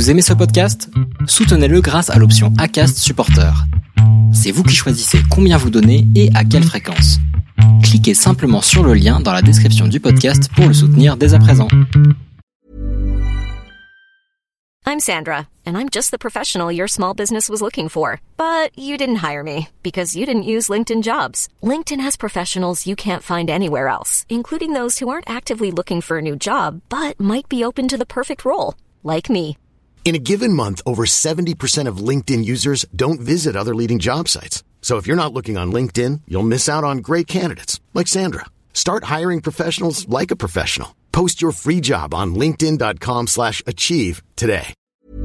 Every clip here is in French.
Vous aimez ce podcast ? Soutenez-le grâce à l'option Acast Supporter. C'est vous qui choisissez combien vous donnez et à quelle fréquence. Cliquez simplement sur le lien dans la description du podcast pour le soutenir dès à présent. I'm Sandra, and I'm just the professional your small business was looking for. But you didn't hire me because you didn't use LinkedIn Jobs. LinkedIn has professionals you can't find anywhere else, including those who aren't actively looking for a new job, but might be open to the perfect role, like me. In a given month, over 70% of LinkedIn users don't visit other leading job sites. So if you're not looking on LinkedIn, you'll miss out on great candidates like Sandra. Start hiring professionals like a professional. Post your free job on linkedin.com/achieve today.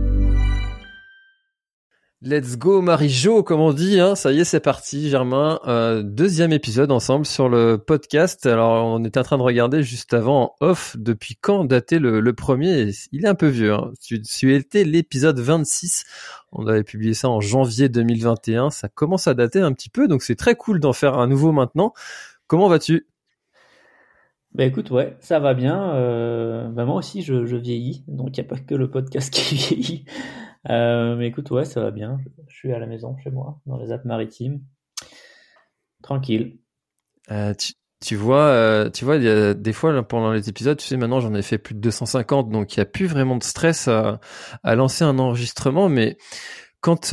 Let's go Marie-Jo, comme on dit, hein. Ça y est, c'est parti, Germain. Deuxième épisode ensemble sur le podcast. Alors, on était en train de regarder juste avant en off depuis quand datait le premier. Il est un peu vieux, hein. Tu étais l'épisode 26. On avait publié ça en janvier 2021. Ça commence à dater un petit peu, donc c'est très cool d'en faire un nouveau maintenant. Comment vas-tu ? Bah écoute, ouais, ça va bien. Moi aussi, je vieillis, donc il n'y a pas que le podcast qui vieillit. Mais écoute, ouais, ça va bien. Je suis à la maison, chez moi, dans les Alpes-Maritimes. Tranquille. Tu vois, il y a des fois là, pendant les épisodes, tu sais, maintenant j'en ai fait plus de 250, donc il n'y a plus vraiment de stress à lancer un enregistrement. Mais quand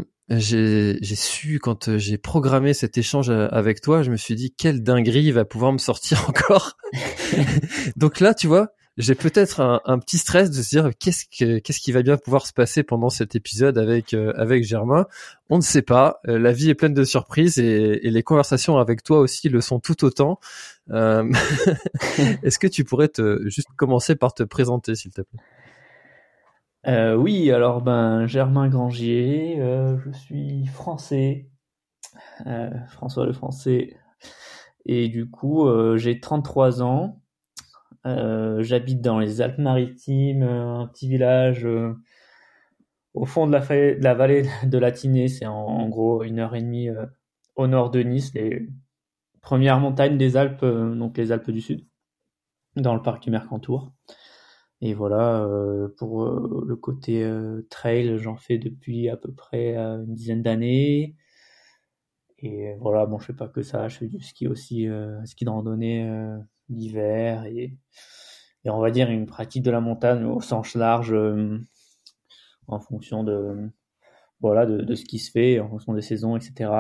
quand j'ai programmé cet échange avec toi, je me suis dit quelle dinguerie il va pouvoir me sortir encore. Donc là, tu vois, j'ai peut-être un petit stress de se dire qu'est-ce qui va bien pouvoir se passer pendant cet épisode avec Germain. On ne sait pas. La vie est pleine de surprises et les conversations avec toi aussi le sont tout autant. Est-ce que tu pourrais juste commencer par te présenter, s'il te plaît? Oui, alors Germain Grangier, je suis français, François le Français, et du coup j'ai 33 ans. J'habite dans les Alpes-Maritimes, un petit village au fond de la vallée de la Tinée. C'est en gros 1h30 au nord de Nice, les premières montagnes des Alpes, donc les Alpes du Sud, dans le parc du Mercantour. Et voilà, pour le côté trail, j'en fais depuis à peu près une dizaine d'années. Et voilà, bon, je fais pas que ça, je fais du ski aussi, ski de randonnée l'hiver et on va dire une pratique de la montagne au sens large, en fonction de ce qui se fait, en fonction des saisons, etc.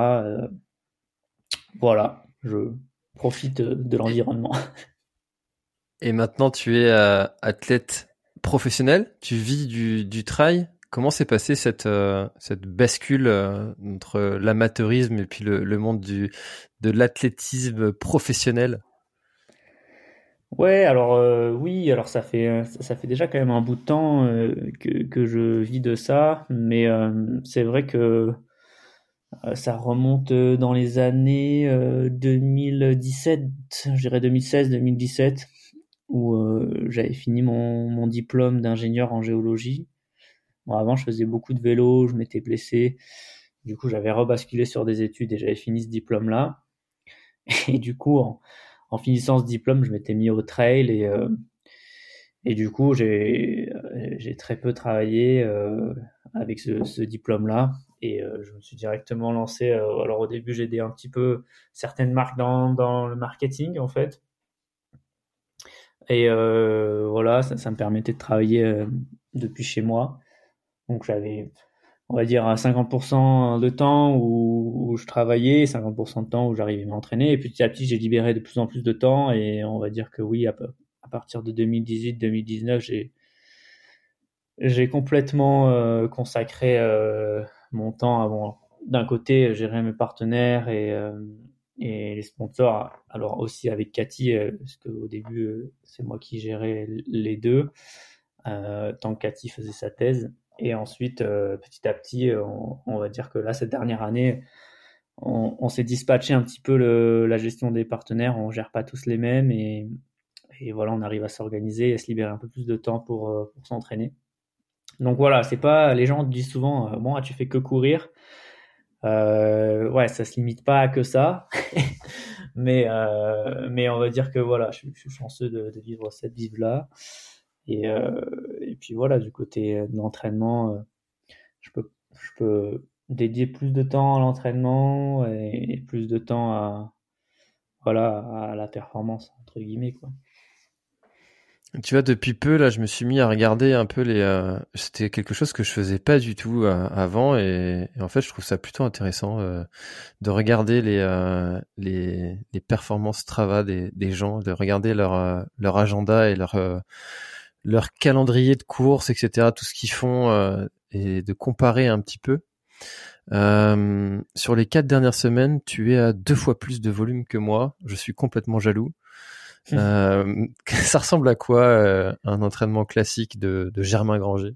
Voilà, je profite de l'environnement. Et maintenant, tu es athlète professionnel, tu vis du trail. Comment s'est passée cette bascule entre l'amateurisme et puis le monde de l'athlétisme professionnel ? Ouais, alors oui, alors ça fait déjà quand même un bout de temps que je vis de ça, mais c'est vrai que ça remonte dans les années 2017, je dirais 2016-2017, où j'avais fini mon diplôme d'ingénieur en géologie. Bon, avant, je faisais beaucoup de vélo, je m'étais blessé. Du coup, j'avais rebasculé sur des études et j'avais fini ce diplôme-là. Et du coup, en finissant ce diplôme, je m'étais mis au trail et du coup, j'ai très peu travaillé avec ce diplôme-là. Et je me suis directement lancé. Alors au début, j'ai aidé un petit peu certaines marques dans le marketing, en fait. Et voilà, ça me permettait de travailler depuis chez moi. Donc j'avais, on va dire, 50% de temps où je travaillais, 50% de temps où j'arrivais à m'entraîner. Et petit à petit, j'ai libéré de plus en plus de temps. Et on va dire que oui, à partir de 2018-2019, j'ai complètement consacré mon temps à, d'un côté, gérer mes partenaires et les sponsors. Alors aussi avec Cathy, parce qu'au début, c'est moi qui gérais les deux, tant que Cathy faisait sa thèse. Et ensuite, petit à petit, on va dire que là, cette dernière année, on s'est dispatché un petit peu la gestion des partenaires. On gère pas tous les mêmes et voilà, on arrive à s'organiser et à se libérer un peu plus de temps pour s'entraîner. Donc voilà, c'est pas, les gens disent souvent, bon, tu fais que courir. Ouais, ça se limite pas à que ça. mais on va dire que voilà, je suis chanceux de vivre cette vie-là. Et puis voilà, du côté de l'entraînement, je peux dédier plus de temps à l'entraînement et plus de temps à la performance, entre guillemets, quoi. Tu vois, depuis peu, là, je me suis mis à regarder un peu c'était quelque chose que je faisais pas du tout avant, et en fait, je trouve ça plutôt intéressant de regarder les performances Strava des gens, de regarder leur agenda et leur calendrier de courses, etc., tout ce qu'ils font, et de comparer un petit peu. Sur les 4 dernières semaines, tu es à 2 fois plus de volume que moi. Je suis complètement jaloux. Ça ressemble à quoi un entraînement classique de Germain Granger?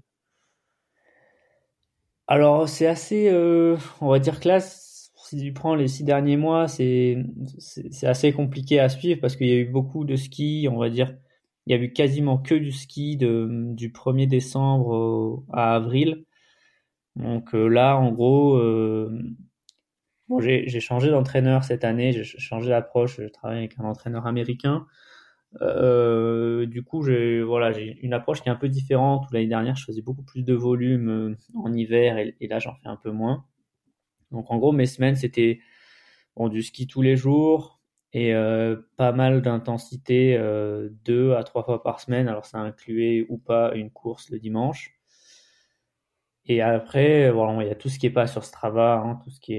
Alors, c'est assez, on va dire que là, si tu prends les 6 derniers mois, c'est assez compliqué à suivre parce qu'il y a eu beaucoup de ski, on va dire. Il y a eu quasiment que du ski du 1er décembre à avril. Donc là, en gros, bon, j'ai changé d'entraîneur cette année, j'ai changé d'approche, je travaille avec un entraîneur américain. Du coup, j'ai une approche qui est un peu différente, où l'année dernière, je faisais beaucoup plus de volume en hiver, et là, j'en fais un peu moins. Donc en gros, mes semaines, c'était du ski tous les jours et pas mal d'intensité 2 à 3 fois par semaine. Alors ça incluait ou pas une course le dimanche. Et après, voilà, il y a tout ce qui est pas sur Strava, hein, tout ce qui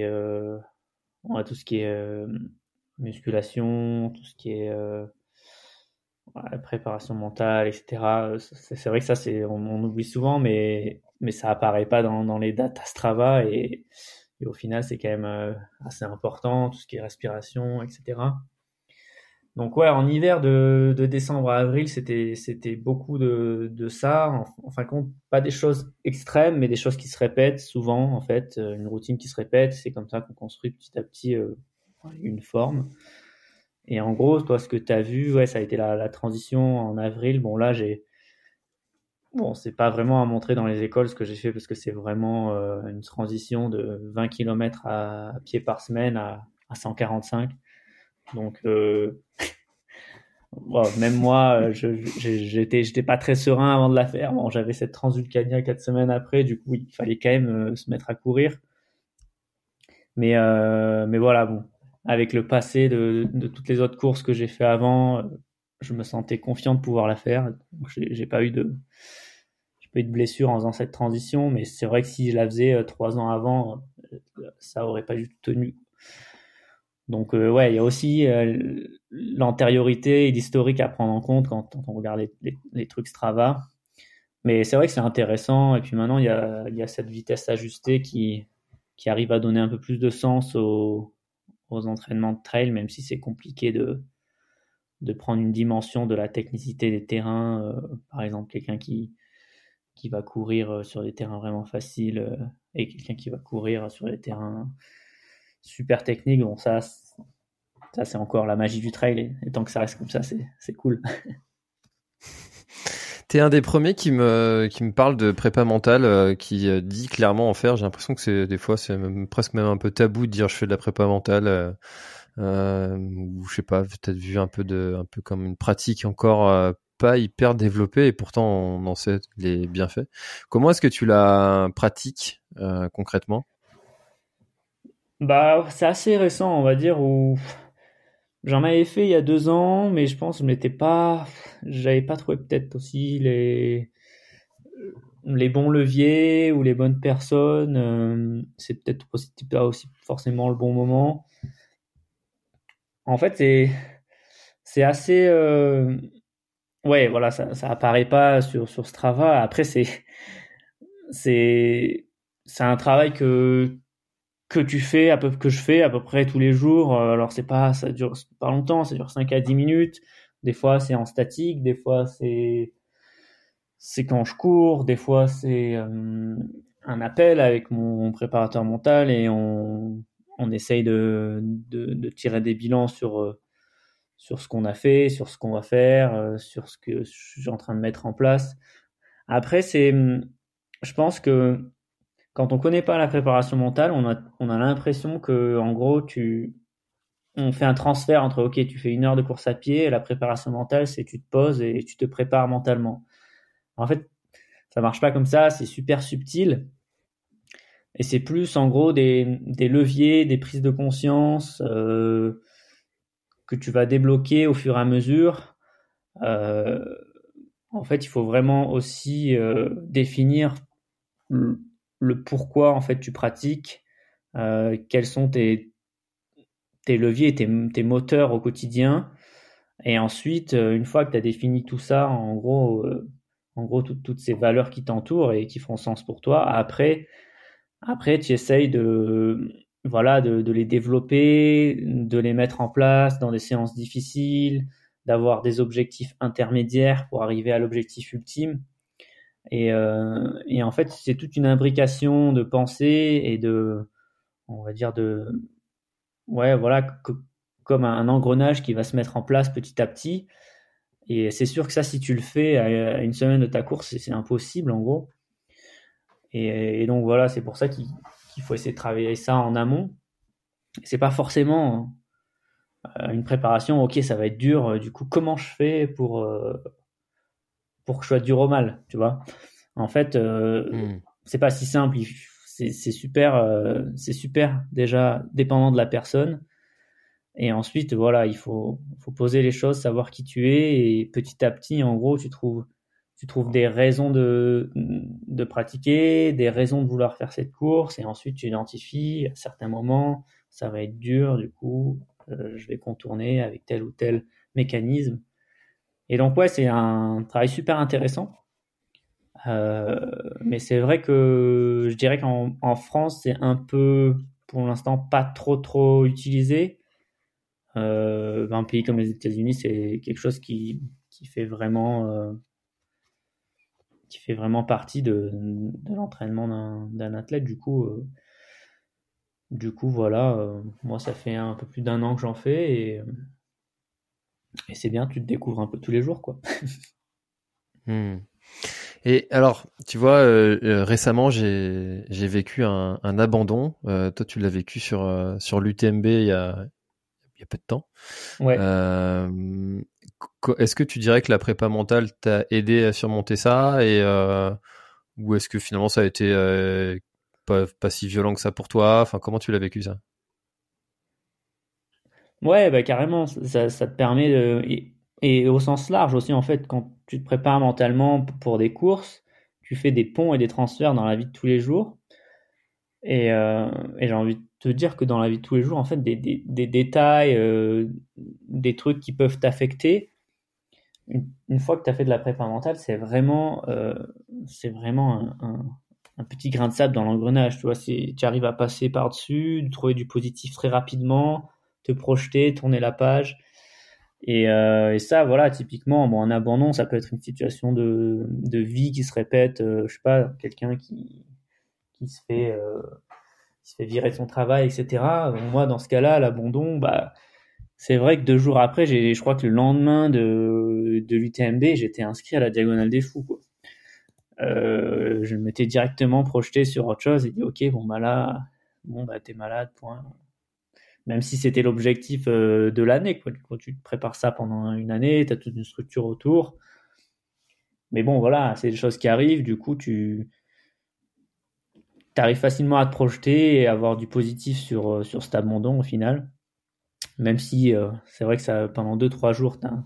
est musculation, tout ce qui est préparation mentale, etc. C'est vrai que ça, on oublie souvent, mais ça apparaît pas dans les datas Strava, et au final, c'est quand même assez important, tout ce qui est respiration, etc. Donc ouais, en hiver de décembre à avril, c'était beaucoup de ça. En fin de compte, pas des choses extrêmes, mais des choses qui se répètent souvent, en fait. Une routine qui se répète, c'est comme ça qu'on construit petit à petit une forme. Et en gros, toi, ce que tu as vu, ouais, ça a été la transition en avril. Bon, là, c'est pas vraiment à montrer dans les écoles ce que j'ai fait, parce que c'est vraiment une transition de 20 km à pied par semaine à 145. Donc, même moi, j'étais pas très serein avant de la faire. Bon, j'avais cette Transvulcania 4 semaines après, du coup, il fallait quand même se mettre à courir. Mais voilà, bon, avec le passé de toutes les autres courses que j'ai fait avant, je me sentais confiant de pouvoir la faire. Donc, j'ai pas eu de blessure en faisant cette transition, mais c'est vrai que si je la faisais 3 ans avant, ça aurait pas du tout tenu. Donc ouais, il y a aussi l'antériorité et l'historique à prendre en compte quand on regarde les trucs Strava. Mais c'est vrai que c'est intéressant. Et puis maintenant, il y a cette vitesse ajustée qui arrive à donner un peu plus de sens aux entraînements de trail, même si c'est compliqué de prendre une dimension de la technicité des terrains. Par exemple, quelqu'un qui va courir sur des terrains vraiment faciles et quelqu'un qui va courir sur des terrains super techniques. Bon, ça c'est encore la magie du trail, et tant que ça reste comme ça, c'est cool. T'es un des premiers qui me parle de prépa mentale, qui dit clairement en faire. J'ai l'impression que des fois c'est presque même un peu tabou de dire je fais de la prépa mentale, ou je sais pas, peut-être vu un peu comme une pratique encore pas hyper développée, et pourtant on en sait les bienfaits. Comment est-ce que tu la pratiques concrètement? Bah, c'est assez récent, on va dire, où j'en avais fait il y a 2 ans, mais je pense que j'avais pas trouvé peut-être aussi les bons leviers ou les bonnes personnes. C'est peut-être aussi pas aussi forcément le bon moment. En fait, c'est assez ouais, voilà, ça apparaît pas sur Strava. Après, c'est un travail que je fais à peu près tous les jours. Alors ça dure pas longtemps, ça dure 5 à 10 minutes. Des fois c'est en statique, des fois c'est quand je cours, des fois c'est un appel avec mon préparateur mental, et on essaye de tirer des bilans sur ce qu'on a fait, sur ce qu'on va faire, sur ce que je suis en train de mettre en place. Après, je pense que quand on connaît pas la préparation mentale, on a l'impression que, en gros, on fait un transfert entre, ok, tu fais 1 heure de course à pied, et la préparation mentale, c'est tu te poses et tu te prépares mentalement. En fait, ça marche pas comme ça, c'est super subtil. Et c'est plus en gros des leviers, des prises de conscience que tu vas débloquer au fur et à mesure. En fait, il faut vraiment aussi définir le pourquoi en fait tu pratiques, quels sont tes leviers, tes moteurs au quotidien. Et ensuite, une fois que tu as défini tout ça, en gros, toutes ces valeurs qui t'entourent et qui font sens pour toi, après tu essayes voilà, de les développer, de les mettre en place dans des séances difficiles, d'avoir des objectifs intermédiaires pour arriver à l'objectif ultime. Et en fait, c'est toute une imbrication de pensée et on va dire ouais, voilà, comme un engrenage qui va se mettre en place petit à petit. Et c'est sûr que ça, si tu le fais à une semaine de ta course, c'est impossible en gros. Et donc voilà, c'est pour ça qu'il faut essayer de travailler ça en amont. C'est pas forcément une préparation, ok, ça va être dur, du coup, comment je fais pour que je sois dur au mal, tu vois? En fait, c'est pas si simple. C'est super déjà dépendant de la personne. Et ensuite, voilà, il faut poser les choses, savoir qui tu es, et petit à petit, en gros, tu trouves des raisons de pratiquer, des raisons de vouloir faire cette course, et ensuite tu identifies à certains moments, ça va être dur, du coup, je vais contourner avec tel ou tel mécanisme. Et donc, ouais, c'est un travail super intéressant. Mais c'est vrai que je dirais qu'en France, c'est un peu, pour l'instant, pas trop utilisé. Un pays comme les États-Unis, c'est quelque chose qui fait vraiment partie de l'entraînement d'un athlète. Du coup, voilà, moi ça fait un peu plus d'un an que j'en fais et c'est bien, tu te découvres un peu tous les jours, quoi. Et alors, tu vois, récemment, j'ai vécu un abandon. Toi, tu l'as vécu sur l'UTMB il y a peu de temps. Ouais. Est-ce que tu dirais que la prépa mentale t'a aidé à surmonter ça ou est-ce que finalement ça a été pas si violent que ça pour toi? Enfin, comment tu l'as vécu ça? Ouais, bah carrément, ça te permet et au sens large aussi, en fait, quand tu te prépares mentalement pour des courses, tu fais des ponts et des transferts dans la vie de tous les jours. Et j'ai envie de te dire que dans la vie de tous les jours, en fait, des détails, des trucs qui peuvent t'affecter, une fois que tu as fait de la prépa mentale, c'est vraiment un petit grain de sable dans l'engrenage. Tu vois, tu arrives à passer par-dessus, trouver du positif très rapidement, te projeter, tourner la page. Et ça, voilà, typiquement, bon, en abandon, ça peut être une situation de vie qui se répète. Je sais pas, quelqu'un qui se fait virer de son travail, etc. Moi, dans ce cas-là, l'abandon, bah, c'est vrai que 2 jours après, je crois que le lendemain de l'UTMB, j'étais inscrit à la Diagonale des Fous, quoi. Je m'étais directement projeté sur autre chose et dit, ok, bon, bah là, t'es malade, point. Même si c'était l'objectif de l'année, quoi. Quand tu te prépares ça pendant une année, t'as toute une structure autour. Mais bon, voilà, c'est des choses qui arrivent, du coup, tu arrives facilement à te projeter et à avoir du positif sur cet abandon au final. Même si c'est vrai que ça, pendant 2-3 jours, t'as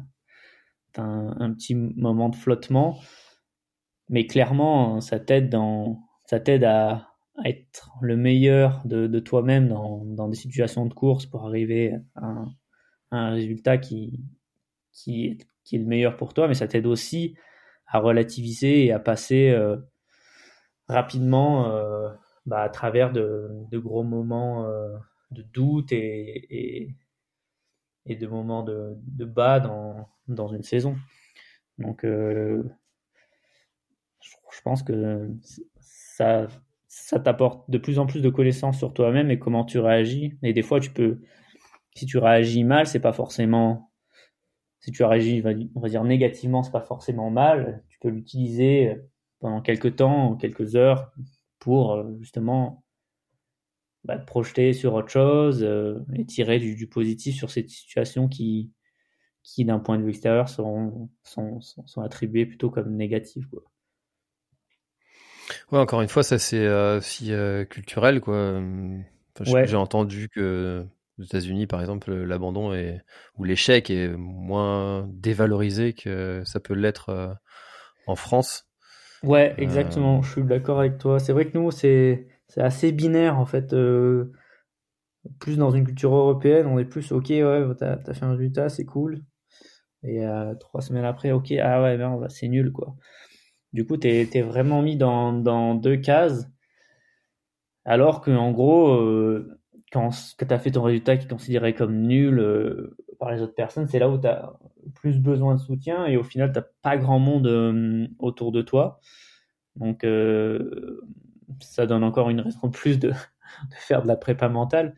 un petit moment de flottement. Mais clairement, ça t'aide à être le meilleur de toi-même dans des situations de course pour arriver à un résultat qui est le meilleur pour toi. Mais ça t'aide aussi à relativiser et à passer rapidement à travers de gros moments de doute et de moments de bas dans une saison. Donc, je pense que ça t'apporte de plus en plus de connaissances sur toi-même et comment tu réagis. Et des fois, si tu réagis mal, c'est pas forcément, si tu réagis, on va dire négativement, c'est pas forcément mal. Tu peux l'utiliser pendant quelques temps, quelques heures pour justement te projeter sur autre chose et tirer du positif sur cette situation qui qui d'un point de vue extérieur sont attribuées plutôt comme négatives, quoi. Ouais, encore une fois, ça c'est aussi culturel, quoi. Enfin, Ouais. j'ai entendu que aux États-Unis, par exemple, l'abandon ou l'échec est moins dévalorisé que ça peut l'être en France. Ouais, Euh, exactement. Je suis d'accord avec toi. C'est vrai que nous, c'est assez binaire en fait. Plus dans une culture européenne, on est plus ok, ouais, t'as fait un résultat, c'est cool. Et 3 semaines après, ok, ah ouais, merde, bah, c'est nul quoi. Du coup, t'es vraiment mis dans deux cases, alors que en gros, quand t'as fait ton résultat qui est considéré comme nul par les autres personnes, c'est là où t'as plus besoin de soutien et au final, t'as pas grand monde autour de toi. Donc, ça donne encore une raison de plus de faire de la prépa mentale.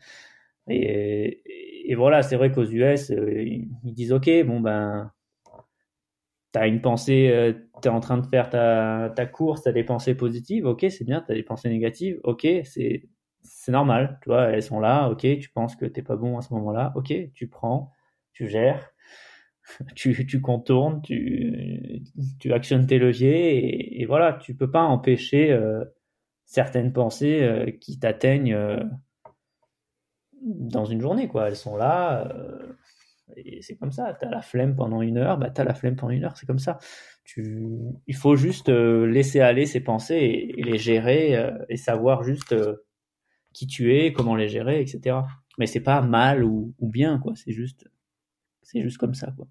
Et voilà, c'est vrai qu'aux US, ils disent ok, bon ben, t'as une pensée, t'es en train de faire ta course, t'as des pensées positives, ok, c'est bien, t'as des pensées négatives, ok, c'est normal, tu vois, elles sont là, ok, tu penses que t'es pas bon à ce moment-là, ok, tu prends, tu gères, tu contournes, tu actionnes tes leviers, et voilà, tu peux pas empêcher certaines pensées qui t'atteignent dans une journée, quoi. Elles sont là, et c'est comme ça. T'as la flemme pendant 1 heure, bah t'as la flemme pendant 1 heure, c'est comme ça. Il faut juste laisser aller ses pensées et les gérer et savoir juste qui tu es, comment les gérer, etc. Mais c'est pas mal ou bien, quoi. C'est juste comme ça, quoi.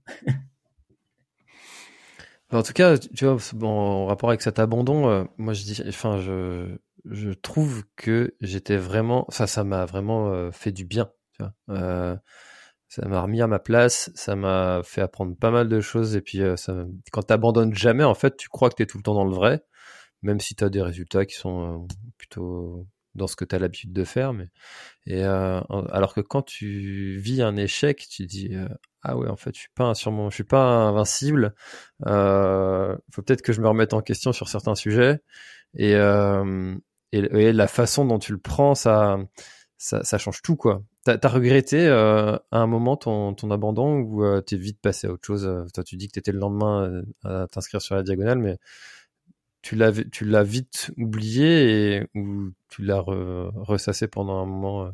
En tout cas, tu vois, bon, en rapport avec cet abandon, moi je trouve que j'étais vraiment, ça m'a vraiment fait du bien. Tu vois. Ça m'a remis à ma place, ça m'a fait apprendre pas mal de choses et puis quand t'abandonnes jamais, en fait, tu crois que t'es tout le temps dans le vrai, même si t'as des résultats qui sont plutôt dans ce que t'as l'habitude de faire, alors que quand tu vis un échec, tu dis ah ouais, en fait, je suis pas invincible. Faut peut-être que je me remette en question sur certains sujets et euh, et la façon dont tu le prends, ça change tout, quoi. T'as regretté à un moment ton abandon ou t'es vite passé à autre chose? Toi, tu dis que t'étais le lendemain à t'inscrire sur la diagonale, mais tu l'as vite oublié ou tu l'as ressassé pendant un moment?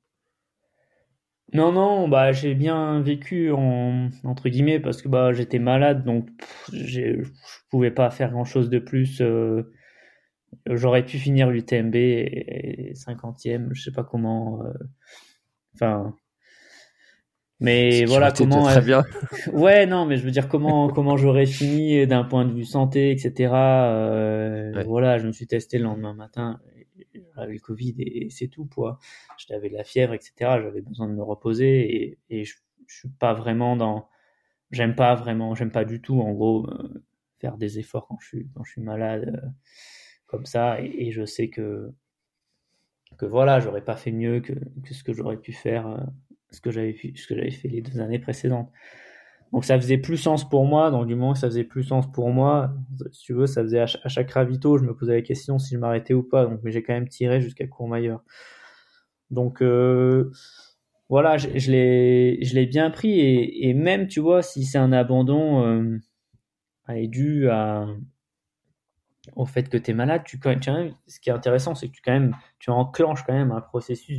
Non, non, bah j'ai bien vécu entre guillemets parce que bah j'étais malade donc je pouvais pas faire grand-chose de plus. J'aurais pu finir l'UTMB et 50e, je sais pas comment. Enfin, Ce mais qui aurait voilà été comment. très bien. Ouais, non, mais je veux dire comment j'aurais fini d'un point de vue santé, etc. Ouais. Voilà, je me suis testé le lendemain matin, j'avais le Covid et c'est tout, quoi. J'avais de la fièvre, etc. J'avais besoin de me reposer et je suis pas vraiment dans. J'aime pas du tout, en gros, faire des efforts quand je suis malade comme ça. Et je sais que voilà, j'aurais pas fait mieux que ce que j'aurais pu faire, ce que j'avais fait les 2 années précédentes. Donc ça faisait plus sens pour moi, donc du moment que ça faisait plus sens pour moi, si tu veux, ça faisait à chaque ravito, je me posais la question si je m'arrêtais ou pas, donc mais j'ai quand même tiré jusqu'à Courmayeur. Donc voilà, je l'ai bien pris et même tu vois si c'est un abandon est dû au fait que tu es malade, ce qui est intéressant c'est que tu enclenches quand même un processus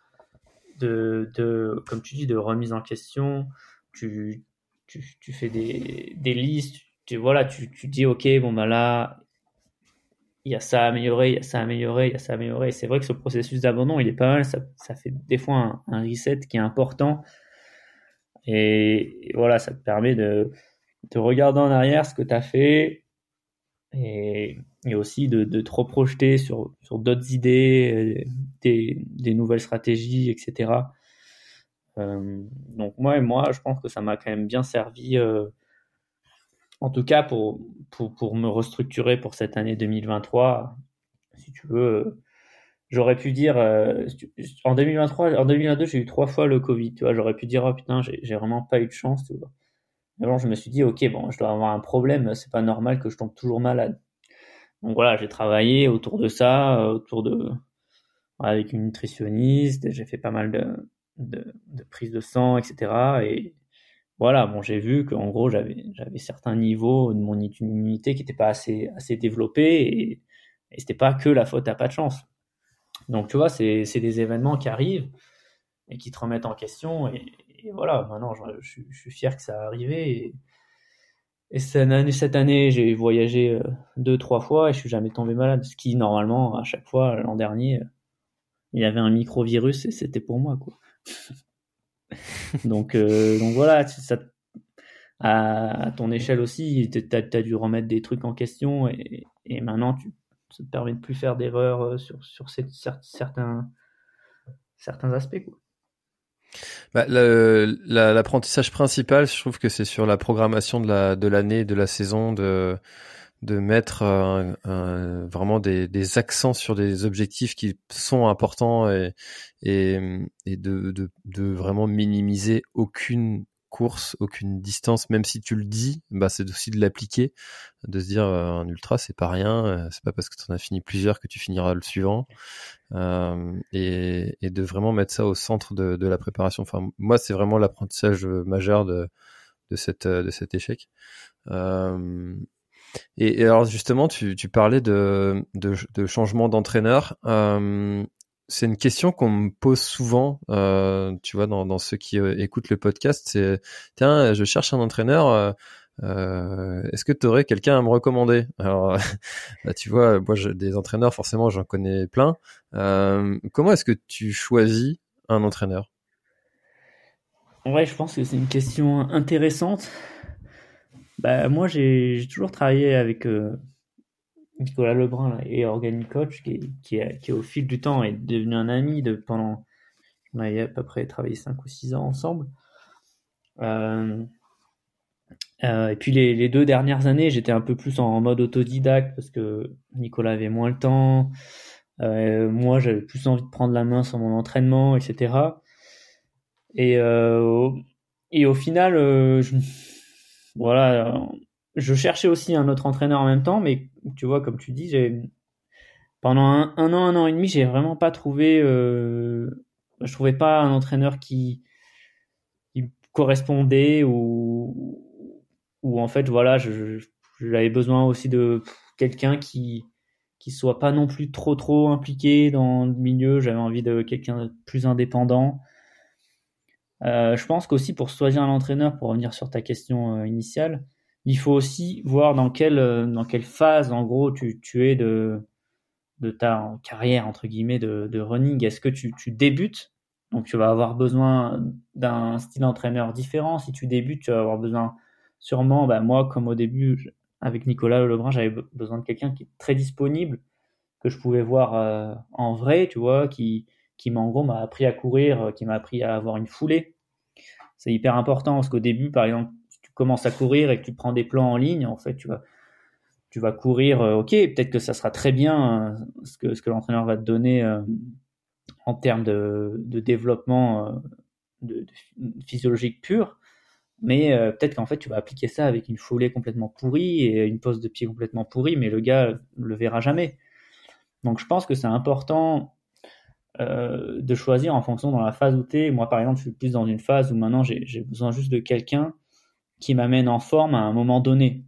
comme tu dis, de remise en question. Tu, tu fais des listes. Voilà, tu dis, ok, bon, bah là, il y a ça à améliorer, il y a ça à améliorer, il y a ça à améliorer. Et c'est vrai que ce processus d'abandon, il est pas mal. Ça fait des fois un reset qui est important. Et voilà, ça te permet de regarder en arrière ce que tu as fait et aussi de te reprojeter sur d'autres idées, des nouvelles stratégies, etc. Donc moi, je pense que ça m'a quand même bien servi, en tout cas pour me restructurer pour cette année 2023. Si tu veux, j'aurais pu dire en 2023, en 2022, j'ai eu 3 fois le Covid. Tu vois, j'aurais pu dire oh putain, j'ai vraiment pas eu de chance. Tu vois. Mais bon, je me suis dit ok, bon, je dois avoir un problème. C'est pas normal que je tombe toujours malade. Donc voilà, j'ai travaillé autour de ça, avec une nutritionniste. J'ai fait pas mal de prises de sang, etc. voilà, bon, j'ai vu qu'en gros, j'avais certains niveaux de mon immunité qui n'étaient pas assez développés et c'était pas que la faute à pas de chance. Donc, tu vois, c'est des événements qui arrivent et qui te remettent en question. Et voilà, maintenant, je suis fier que ça a arrivé. Et cette année, j'ai voyagé 2-3 fois et je suis jamais tombé malade. Ce qui, normalement, à chaque fois, l'an dernier, il y avait un microvirus et c'était pour moi, quoi. Donc voilà, ça, à ton échelle aussi, t'as dû remettre des trucs en question et maintenant, ça te permet de plus faire d'erreurs sur certains aspects, quoi. Bah, l'apprentissage principal, je trouve que c'est sur la programmation de l'année, de la saison, de mettre vraiment des accents sur des objectifs qui sont importants et de vraiment minimiser aucune course, aucune distance, même si tu le dis, bah c'est aussi de l'appliquer, de se dire un ultra c'est pas rien, c'est pas parce que tu en as fini plusieurs que tu finiras le suivant, et de vraiment mettre ça au centre de la préparation. Enfin, moi c'est vraiment l'apprentissage majeur de cet échec. Et alors justement, tu parlais de changement d'entraîneur. C'est une question qu'on me pose souvent, tu vois, dans ceux qui écoutent le podcast. C'est, tiens, je cherche un entraîneur. Est-ce que tu aurais quelqu'un à me recommander? Alors, bah, tu vois, moi, des entraîneurs, forcément, j'en connais plein. Comment est-ce que tu choisis un entraîneur? Ouais, je pense que c'est une question intéressante. Bah, moi, j'ai toujours travaillé avec Nicolas Lebrun là, et Organic Coach, qui au fil du temps est devenu un ami pendant. On a à peu près travaillé 5 ou 6 ans ensemble. Et puis les 2 dernières années, j'étais un peu plus en mode autodidacte parce que Nicolas avait moins le temps. Moi, j'avais plus envie de prendre la main sur mon entraînement, etc. Et au final, voilà, je cherchais aussi un autre entraîneur en même temps, mais tu vois, comme tu dis, pendant un an et demi, j'ai vraiment pas trouvé, je trouvais pas un entraîneur qui correspondait ou en fait, voilà, j'avais besoin aussi de quelqu'un qui soit pas non plus trop impliqué dans le milieu. J'avais envie de quelqu'un de plus indépendant. Je pense qu'aussi pour choisir un entraîneur, pour revenir sur ta question initiale, il faut aussi voir dans quelle phase, en gros, tu es de ta carrière, entre guillemets, de running. Est-ce que tu débutes? Donc, tu vas avoir besoin d'un style d'entraîneur différent. Si tu débutes, tu vas avoir besoin sûrement, bah, moi, comme au début, avec Nicolas Lebrun, j'avais besoin de quelqu'un qui est très disponible, que je pouvais voir en vrai, tu vois, qui en gros m'a appris à courir, qui m'a appris à avoir une foulée. C'est hyper important parce qu'au début, par exemple, si tu commences à courir et que tu prends des plans en ligne, en fait, tu vas courir, ok, peut-être que ça sera très bien ce que l'entraîneur va te donner en termes de développement physiologique pur, mais peut-être qu'en fait tu vas appliquer ça avec une foulée complètement pourrie et une pose de pied complètement pourrie, mais le gars le verra jamais. Donc je pense que c'est important de choisir en fonction dans la phase où tu es. Moi par exemple, je suis plus dans une phase où maintenant j'ai besoin juste de quelqu'un qui m'amène en forme à un moment donné.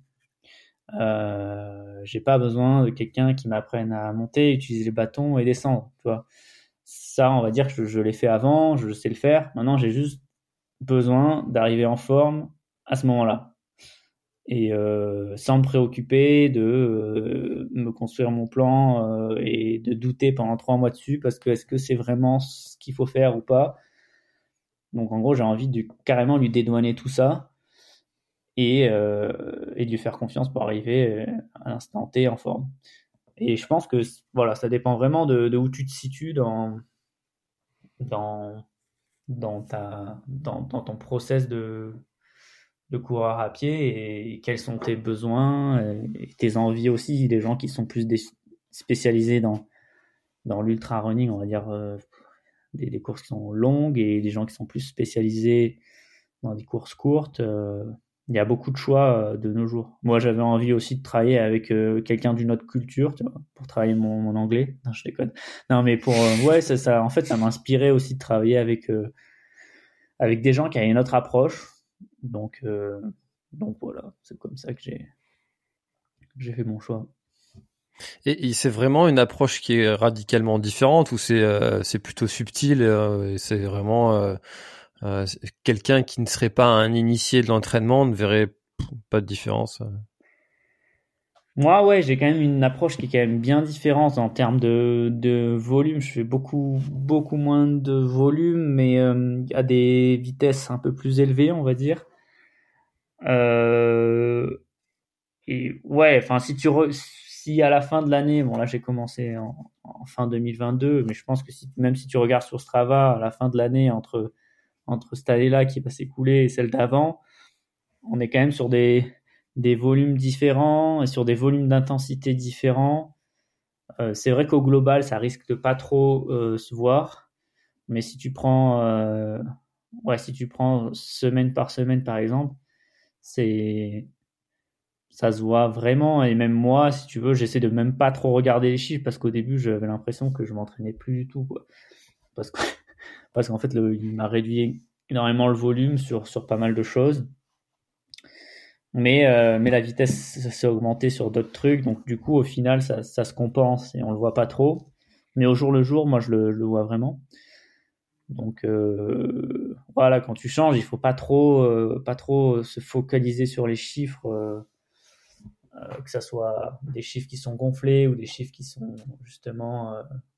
J'ai pas besoin de quelqu'un qui m'apprenne à monter, utiliser les bâtons et descendre, tu vois. Ça, on va dire que je l'ai fait avant, je sais le faire. Maintenant, j'ai juste besoin d'arriver en forme à ce moment-là. Et sans me préoccuper de me construire mon plan et de douter pendant 3 mois dessus parce que est-ce que c'est vraiment ce qu'il faut faire ou pas. Donc en gros, j'ai envie de carrément lui dédouaner tout ça et de lui faire confiance pour arriver à l'instant T en forme. Et je pense que voilà, ça dépend vraiment de où tu te situes dans ton process de coureur à pied et quels sont tes besoins et tes envies aussi. Des gens qui sont plus spécialisés dans l'ultra running, on va dire des courses qui sont longues, et des gens qui sont plus spécialisés dans des courses courtes. Il y a beaucoup de choix de nos jours. Moi, j'avais envie aussi de travailler avec quelqu'un d'une autre culture, tu vois, pour travailler mon anglais. Non, je déconne. Non, mais pour ouais, ça en fait, ça m'inspirait aussi de travailler avec des gens qui avaient une autre approche. Donc voilà, c'est comme ça que j'ai fait mon choix. Et c'est vraiment une approche qui est radicalement différente ou c'est plutôt subtil et c'est vraiment quelqu'un qui ne serait pas un initié de l'entraînement ne verrait pas de différence. Moi, ouais, j'ai quand même une approche qui est quand même bien différente en termes de volume. Je fais beaucoup moins de volume, mais à des vitesses un peu plus élevées, on va dire. Euh, et ouais, enfin, si à la fin de l'année, bon là j'ai commencé en fin 2022, mais je pense que même si tu regardes sur Strava, à la fin de l'année, entre cette année-là qui va s'écouler et celle d'avant, on est quand même sur des volumes différents et sur des volumes d'intensité différents. C'est vrai qu'au global, ça risque de pas trop se voir, mais si tu prends semaine par semaine par exemple, c'est ça se voit vraiment. Et même moi, si tu veux, j'essaie de même pas trop regarder les chiffres parce qu'au début, j'avais l'impression que je m'entraînais plus du tout, quoi. Parce que parce qu'en fait, il m'a réduit énormément le volume sur pas mal de choses. Mais la vitesse s'est augmentée sur d'autres trucs, donc du coup, au final, ça se compense et on le voit pas trop. Mais au jour le jour, moi, je le vois vraiment. Donc voilà, quand tu changes, il faut pas trop se focaliser sur les chiffres, que ça soit des chiffres qui sont gonflés ou des chiffres qui sont justement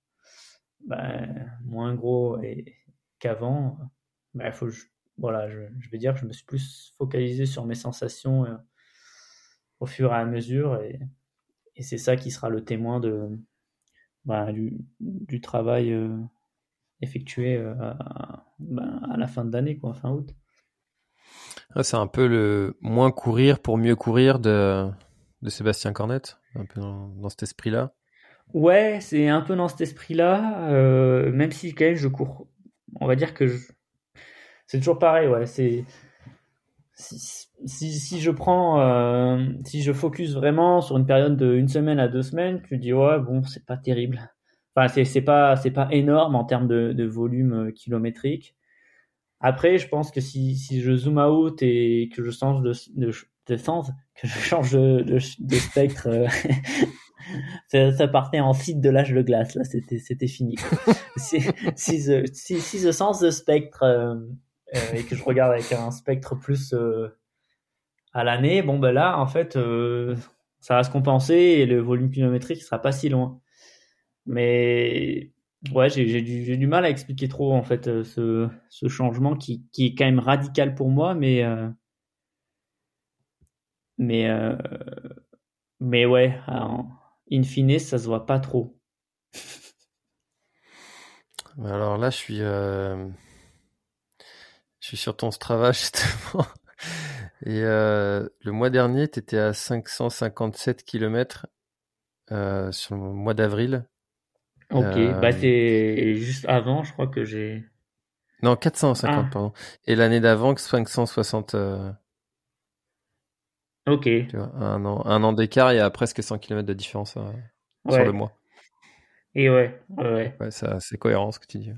moins gros qu'avant. Voilà, je vais dire que je me suis plus focalisé sur mes sensations au fur et à mesure et c'est ça qui sera le témoin du travail effectué à la fin de l'année, quoi, fin août. Ouais, c'est un peu le moins courir pour mieux courir de Sébastien Cornette, un peu dans cet esprit-là. Ouais, c'est un peu dans cet esprit-là, même si quand même je cours. On va dire que c'est toujours pareil, ouais. Si je focus vraiment sur une période de 1 semaine à 2 semaines, tu dis ouais, bon, c'est pas terrible. Enfin, c'est pas énorme en termes de volume kilométrique. Après, je pense que si je zoome out et que je change de sens, que je change de spectre, ça partait en site de l'âge de glace, là, c'était fini, quoi. Si je change de spectre et que je regarde avec un spectre plus à l'année, bon ben là, en fait, ça va se compenser et le volume kilométrique sera pas si loin. Mais ouais, j'ai du mal à expliquer trop en fait ce changement qui est quand même radical pour moi, mais euh, mais ouais, in fine, ça se voit pas trop. Alors là, je suis sur ton Strava justement. Et le mois dernier, tu étais à 557 km sur le mois d'avril. Ok, c'est juste avant, je crois que j'ai. Non, 450, pardon. Et l'année d'avant, 560. Ok, Tu vois, un an d'écart, il y a presque 100 km de différence sur le ouais, mois. et ouais. Ouais, ça, c'est cohérent ce que tu dis.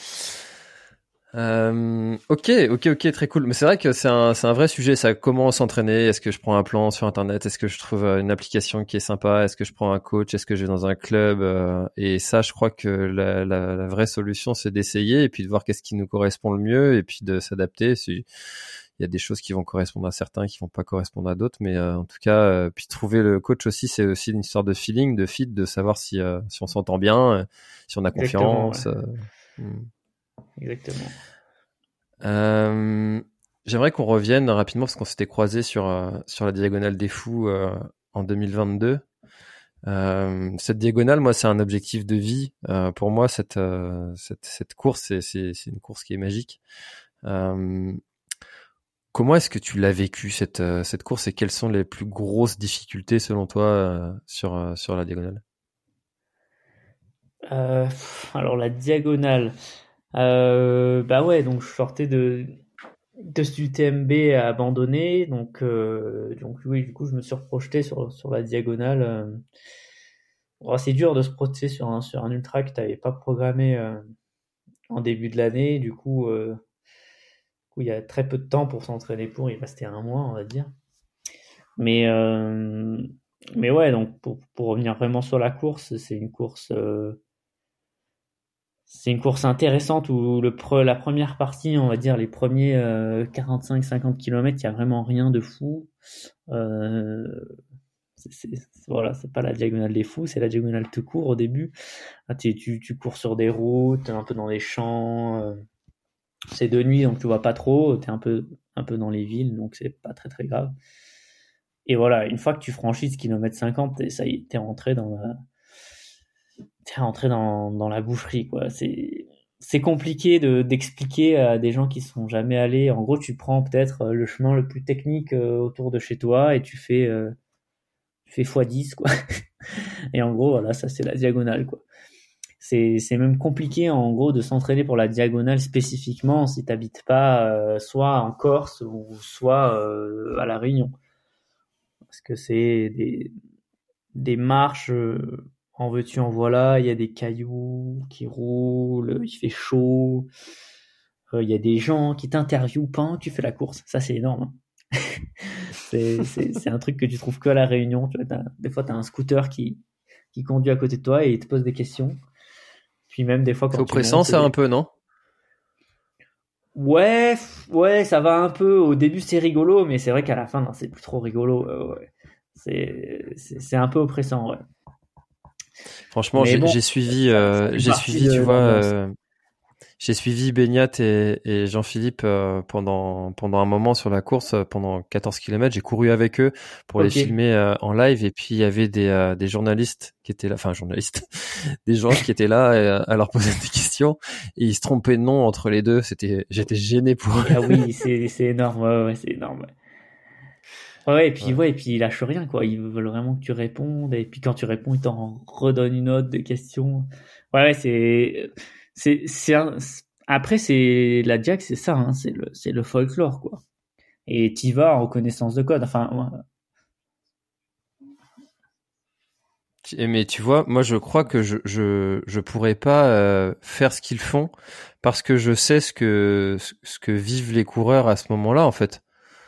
Ok, très cool. Mais c'est vrai que c'est un vrai sujet. Ça, comment s'entraîner? Est-ce que je prends un plan sur Internet? Est-ce que je trouve une application qui est sympa? Est-ce que je prends un coach? Est-ce que je vais dans un club? Et ça, je crois que la vraie solution, c'est d'essayer et puis de voir qu'est-ce qui nous correspond le mieux et puis de s'adapter. Il y a des choses qui vont correspondre à certains, qui vont pas correspondre à d'autres, mais en tout cas, puis trouver le coach aussi, c'est aussi une histoire de feeling, de fit, de savoir si on s'entend bien, si on a Exactement, confiance. ouais. Exactement. J'aimerais qu'on revienne rapidement parce qu'on s'était croisés sur la Diagonale des Fous en 2022. Cette diagonale, moi, c'est un objectif de vie. Pour moi, cette course, c'est une course qui est magique. Comment est-ce que tu l'as vécu cette course et quelles sont les plus grosses difficultés selon toi sur la diagonale? Alors la diagonale, bah ouais, donc je sortais de ce UTMB abandonné, donc oui, du coup je me suis reprojeté sur la diagonale. C'est dur de se projeter sur un ultra que tu n'avais pas programmé en début de l'année, du coup coup, il y a très peu de temps pour s'entraîner pour. Il restait un mois, on va dire. Mais ouais, donc pour revenir vraiment sur la course, c'est une course intéressante où la première partie, on va dire les premiers 45-50 km, il y a vraiment rien de fou. Voilà, c'est pas la diagonale des fous, c'est la diagonale tout court au début. Ah, tu cours sur des routes, un peu dans les champs. C'est de nuit, donc tu vois pas trop. T'es un peu dans les villes, donc c'est pas très très grave. Et voilà, une fois que tu franchis ce kilomètre 50, et ça y est, t'es rentré dans la boucherie, quoi. C'est compliqué d'expliquer à des gens qui sont jamais allés. En gros, tu prends peut-être le chemin le plus technique autour de chez toi et tu fais x10, quoi. Et en gros, voilà, ça c'est la diagonale, quoi. C'est même compliqué en gros de s'entraîner pour la diagonale spécifiquement si t'habites pas soit en Corse ou soit à La Réunion, parce que c'est des marches en veux-tu en voilà, il y a des cailloux qui roulent, il fait chaud, il y a des gens qui t'interviewent pendant que tu fais la course, ça c'est énorme, hein. C'est un truc que tu trouves que à La Réunion, tu vois, des fois t'as un scooter qui conduit à côté de toi et il te pose des questions. Puis même des fois quand c'est oppressant, ça, un peu, non? Ouais, ça va un peu. Au début, c'est rigolo, mais c'est vrai qu'à la fin, non, c'est plus trop rigolo. Ouais. C'est un peu oppressant, ouais. Franchement, Mais bon, j'ai suivi, ça fait partie de tu vois, l'ambiance. j'ai suivi Beignat et Jean-Philippe pendant un moment sur la course, pendant 14 km. J'ai couru avec eux pour les Ok. filmer en live. Et puis, il y avait des journalistes qui étaient là, enfin, journalistes, des gens qui étaient là à leur poser des questions. Et ils se trompaient de nom entre les deux. J'étais gêné pour eux. Ah oui, c'est énorme. Ouais, c'est énorme. Ouais, et puis ils lâchent rien, quoi. Ils veulent vraiment que tu répondes. Et puis quand tu réponds, ils t'en redonnent une autre de questions. Ouais, après, c'est la Jack, c'est ça, hein, c'est le folklore, quoi. Et t'y vas en connaissance de code. Enfin, ouais. Mais tu vois, moi, je crois que je pourrais pas faire ce qu'ils font parce que je sais ce que vivent les coureurs à ce moment-là, en fait.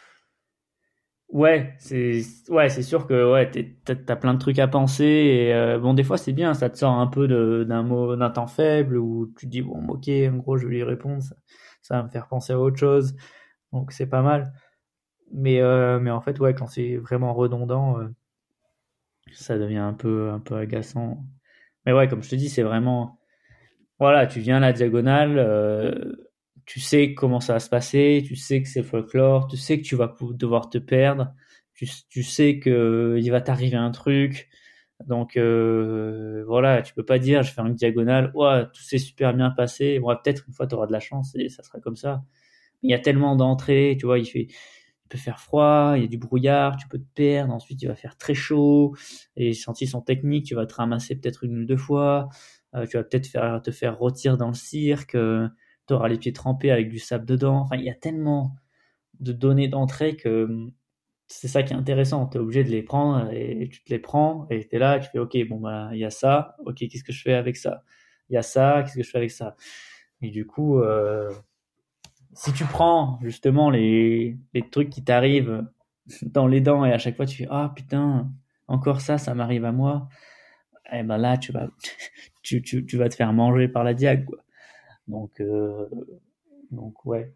C'est sûr que ouais, t'as plein de trucs à penser et bon des fois c'est bien, ça te sort un peu d'un temps faible où tu te dis bon ok en gros je vais lui répondre, ça va me faire penser à autre chose, donc c'est pas mal. Mais en fait ouais quand c'est vraiment redondant, ça devient un peu agaçant. Mais ouais comme je te dis c'est vraiment voilà, tu viens à la diagonale, tu sais comment ça va se passer, tu sais que c'est le folklore, tu sais que tu vas devoir te perdre, tu sais que il va t'arriver un truc. Donc voilà, tu peux pas dire je fais une diagonale, ouais, tout s'est super bien passé. Bon, peut-être une fois tu auras de la chance et ça sera comme ça. Mais il y a tellement d'entrées, tu vois, il peut faire froid, il y a du brouillard, tu peux te perdre, ensuite il va faire très chaud, et les sentiers sont techniques, tu vas te ramasser peut-être une ou deux fois, tu vas peut-être te faire rôtir dans le cirque, tu auras les pieds trempés avec du sable dedans, enfin il y a tellement de données d'entrée que c'est ça qui est intéressant, tu es obligé de les prendre et tu te les prends et tu es là, tu fais ok bon bah il y a ça, ok qu'est-ce que je fais avec ça, il y a ça, qu'est-ce que je fais avec ça, et du coup si tu prends justement les trucs qui t'arrivent dans les dents et à chaque fois tu fais ah putain encore ça m'arrive à moi, et ben là tu vas tu vas te faire manger par la diag, quoi. Donc ouais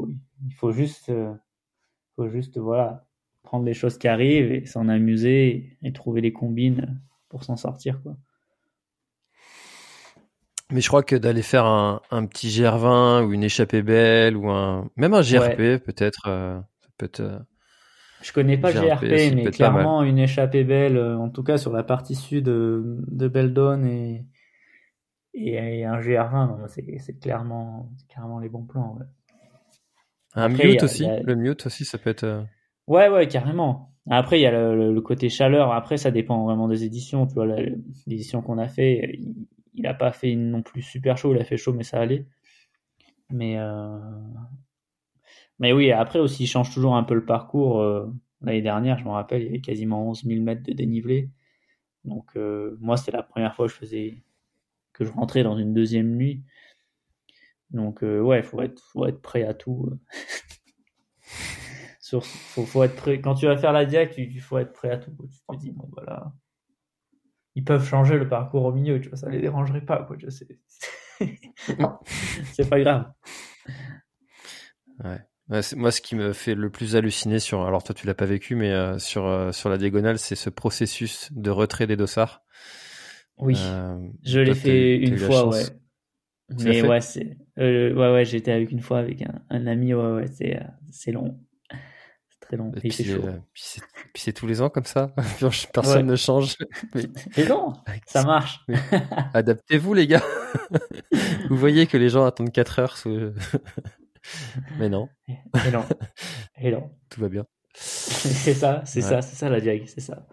il faut juste voilà prendre les choses qui arrivent et s'en amuser et trouver les combines pour s'en sortir, quoi. Mais je crois que d'aller faire un petit GR20 ou une échappée belle ou même un Ouais, GRP peut-être, ça peut être je connais pas le GRP GRP aussi peut mais être pas mal. clairement une échappée belle en tout cas sur la partie sud de Beldon et un GR20, non, c'est clairement les bons plans, ouais. Un Après, mute aussi, le mute aussi ça peut être. ouais, carrément. Après, il y a le côté chaleur. Après, ça dépend vraiment des éditions. Tu vois, l'édition qu'on a fait, il a pas fait non plus super chaud. Il a fait chaud, mais ça allait. Mais, euh, mais oui, après aussi, il change toujours un peu le parcours. L'année dernière, je me rappelle, il y avait quasiment 11 000 mètres de dénivelé. Donc, moi, c'était la première fois que je rentrais dans une deuxième nuit. Donc ouais, faut être prêt à tout. Faut être prêt. Quand tu vas faire la diag, il faut être prêt à tout. Tu te dis bon voilà, ils peuvent changer le parcours au milieu, tu vois, ça les dérangerait pas, quoi. C'est pas grave. Ouais. Moi, ce qui me fait le plus halluciner alors toi tu l'as pas vécu, mais sur la diagonale, c'est ce processus de retrait des dossards. Oui, je l'ai fait une fois, ouais. Mais ouais, ouais, j'étais avec une fois avec un ami, ouais, c'est long. C'est très long. Et c'est chaud. Puis c'est tous les ans comme ça. Personne ne change. Mais non, ça marche. Adaptez-vous, les gars. Vous voyez que les gens attendent 4 heures mais non. Et non. Tout va bien. c'est ça la diag, c'est ça.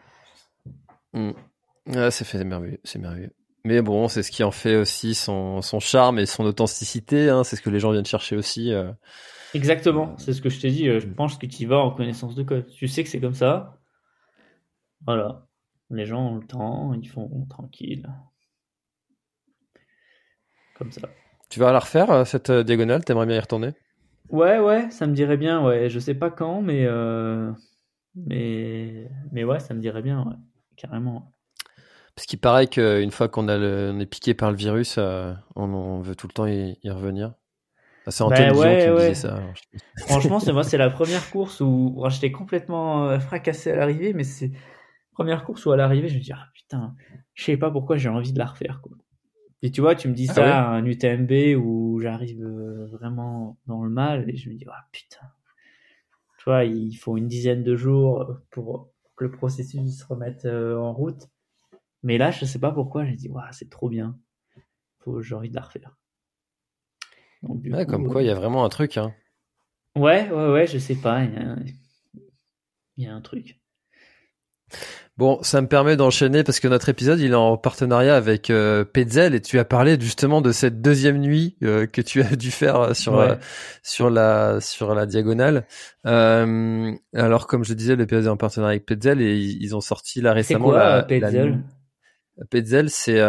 C'est merveilleux. Mais bon, c'est ce qui en fait aussi son charme et son authenticité, hein. C'est ce que les gens viennent chercher aussi. Exactement, c'est ce que je t'ai dit. Je pense que tu y vas en connaissance de cause. Tu sais que c'est comme ça. Voilà. Les gens ont le temps, ils font tranquille. Comme ça. Tu vas la refaire, cette diagonale? T'aimerais bien y retourner? Ouais, ça me dirait bien, ouais. Je sais pas quand, mais ouais, ça me dirait bien, ouais. Carrément. Parce qu'il paraît qu'une fois qu'on est piqué par le virus, on veut tout le temps y revenir. C'est Antoine Dion qui me disait ça. Alors, franchement, c'est la première course où j'étais complètement fracassé à l'arrivée, mais c'est la première course où à l'arrivée, je me dis, ah putain, je sais pas pourquoi j'ai envie de la refaire, quoi. Et tu vois, tu me dis ça à un UTMB où j'arrive vraiment dans le mal et je me dis, ah putain. Tu vois, il faut une dizaine de jours pour que le processus se remette en route. Mais là, je sais pas pourquoi, j'ai dit, c'est trop bien. J'ai envie de la refaire. Donc, du coup, comme quoi, il y a vraiment un truc, hein. Ouais, je sais pas. Il y a un truc. Bon, ça me permet d'enchaîner parce que notre épisode, il est en partenariat avec Petzl et tu as parlé justement de cette deuxième nuit que tu as dû faire sur la diagonale. Alors, comme je disais, l'épisode est en partenariat avec Petzl et ils ont sorti là récemment Petzl. Petzl, c'est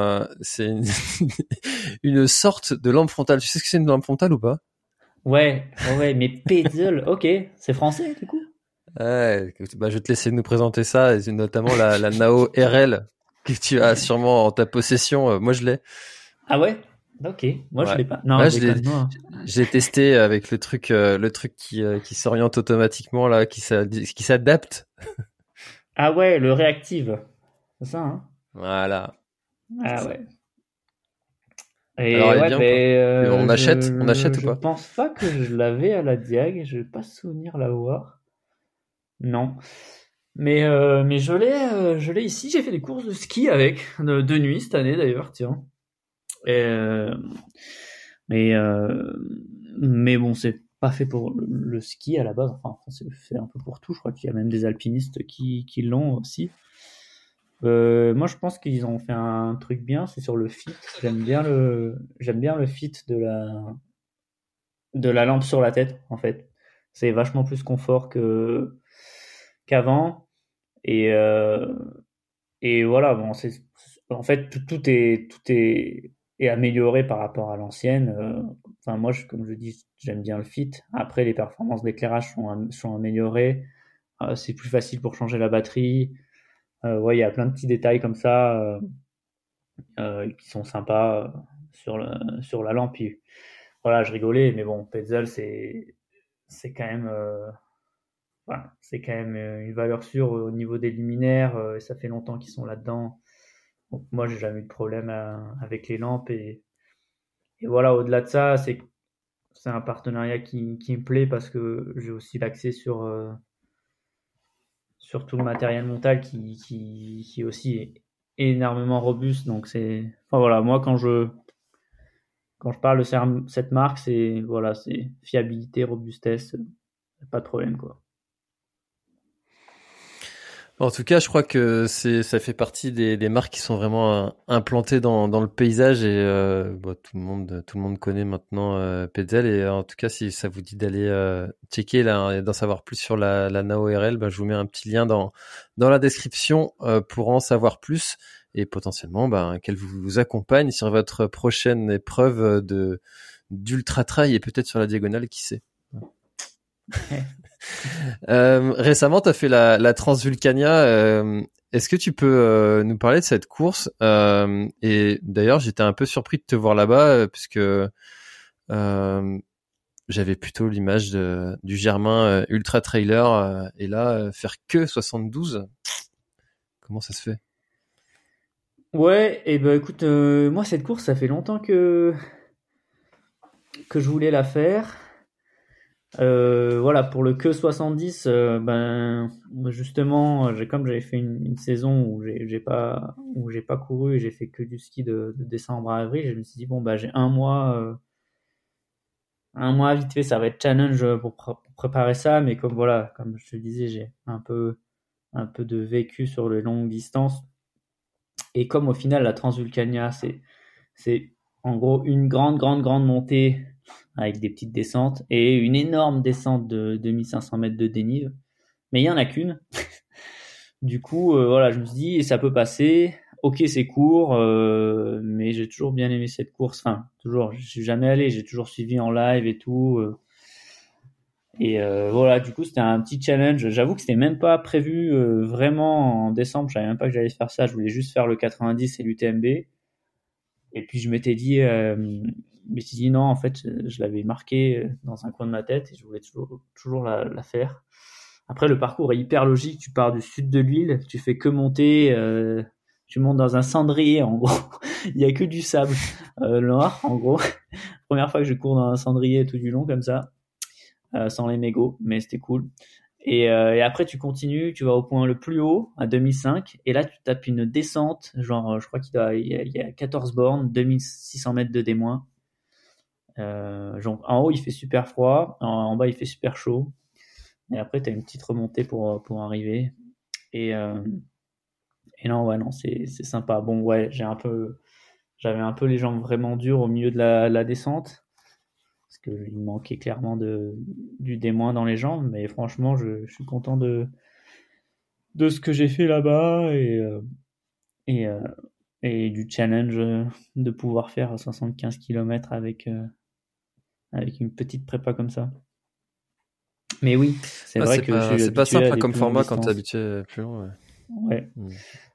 une sorte de lampe frontale. Tu sais ce que c'est une lampe frontale ou pas? Ouais, mais Petzl, ok, c'est français du coup? Ouais, je vais te laisser nous présenter ça, et notamment la Nao RL que tu as sûrement en ta possession. Moi, je l'ai. Ah ouais? Ok. Moi, je l'ai pas. Non, j'ai testé avec le truc qui s'oriente automatiquement là, qui s'adapte. Ah ouais, le réactive. C'est ça, hein? Voilà. Ah ouais. Et alors, elle est bien, on achète ou pas? Je pense pas que je l'avais à la diag. Je vais pas souvenir l'avoir. Non. Mais je l'ai ici. J'ai fait des courses de ski avec, de nuit cette année d'ailleurs, tiens. Mais bon, c'est pas fait pour le ski à la base. Enfin, c'est fait un peu pour tout. Je crois qu'il y a même des alpinistes qui l'ont aussi. Moi, je pense qu'ils ont fait un truc bien. C'est sur le fit. J'aime bien le fit de la lampe sur la tête, en fait. C'est vachement plus confort qu'avant. Et voilà, bon, en fait tout est amélioré par rapport à l'ancienne. Enfin, moi, comme je dis, j'aime bien le fit. Après, les performances d'éclairage sont améliorées. C'est plus facile pour changer la batterie. Ouais, il y a plein de petits détails comme ça qui sont sympas sur la lampe. Puis, voilà, je rigolais, mais bon, Petzl, c'est quand même c'est quand même une valeur sûre au niveau des luminaires. Ça fait longtemps qu'ils sont là-dedans. Donc moi, j'ai jamais eu de problème avec les lampes. Et voilà, au-delà de ça, c'est un partenariat qui me plaît parce que j'ai aussi l'accès sur tout le matériel montage qui aussi est énormément robuste. Donc enfin voilà, moi quand je parle de cette marque, c'est fiabilité, robustesse, pas de problème, quoi. En tout cas, je crois que ça fait partie des marques qui sont vraiment implantées dans le paysage et tout le monde connaît maintenant Petzl. Et en tout cas, si ça vous dit d'aller checker là et d'en savoir plus sur la Nao RL, je vous mets un petit lien dans la description pour en savoir plus et potentiellement qu'elle vous accompagne sur votre prochaine épreuve de d'ultra trail et peut-être sur la diagonale, qui sait. Récemment, tu as fait la Transvulcania. Est-ce que tu peux nous parler de cette course? Et d'ailleurs, j'étais un peu surpris de te voir là-bas puisque j'avais plutôt l'image du Germain ultra trailer et là faire que 72. Comment ça se fait? Ouais, et ben écoute, moi cette course, ça fait longtemps que je voulais la faire. Voilà, pour le que 70, ben justement, comme j'avais fait une saison où j'ai pas couru et j'ai fait que du ski de décembre à avril, je me suis dit bon bah j'ai un mois vite fait, ça va être challenge pour préparer ça, mais comme voilà, comme je te disais, j'ai un peu de vécu sur les longues distances, et comme au final la Transvulcania c'est en gros une grande montée avec des petites descentes et une énorme descente de 2500 mètres de dénive, mais il y en a qu'une. Du coup, voilà, je me suis dit ça peut passer. Ok, c'est court, mais j'ai toujours bien aimé cette course. Enfin, toujours, je suis jamais allé, j'ai toujours suivi en live et tout. Et voilà, du coup, c'était un petit challenge. J'avoue que c'était même pas prévu vraiment en décembre. Je savais même pas que j'allais faire ça. Je voulais juste faire le 90 et l'UTMB. Et puis je m'étais dit non, en fait, je l'avais marqué dans un coin de ma tête et je voulais toujours la faire. Après, le parcours est hyper logique. Tu pars du sud de l'île, tu fais que monter, tu montes dans un cendrier, en gros. Il y a que du sable noir, en gros. Première fois que je cours dans un cendrier tout du long comme ça, sans les mégots, mais c'était cool. Et après, tu continues, tu vas au point le plus haut, à 2005, et là, tu tapes une descente, genre, je crois il y a 14 bornes, 2600 mètres de D-. Genre, en haut, il fait super froid, en bas, il fait super chaud. Et après, tu as une petite remontée pour arriver. Et non, ouais, non, c'est sympa. Bon, ouais, j'avais un peu les jambes vraiment dures au milieu de la descente, parce qu'il manquait clairement du D- dans les jambes, mais franchement, je suis content de ce que j'ai fait là-bas et du challenge de pouvoir faire 75 km avec une petite prépa comme ça. Mais oui, c'est vrai que je suis c'est pas habitué simple à des comme plus longues format quand t'es distances. habitué plus long. Ouais. Ouais.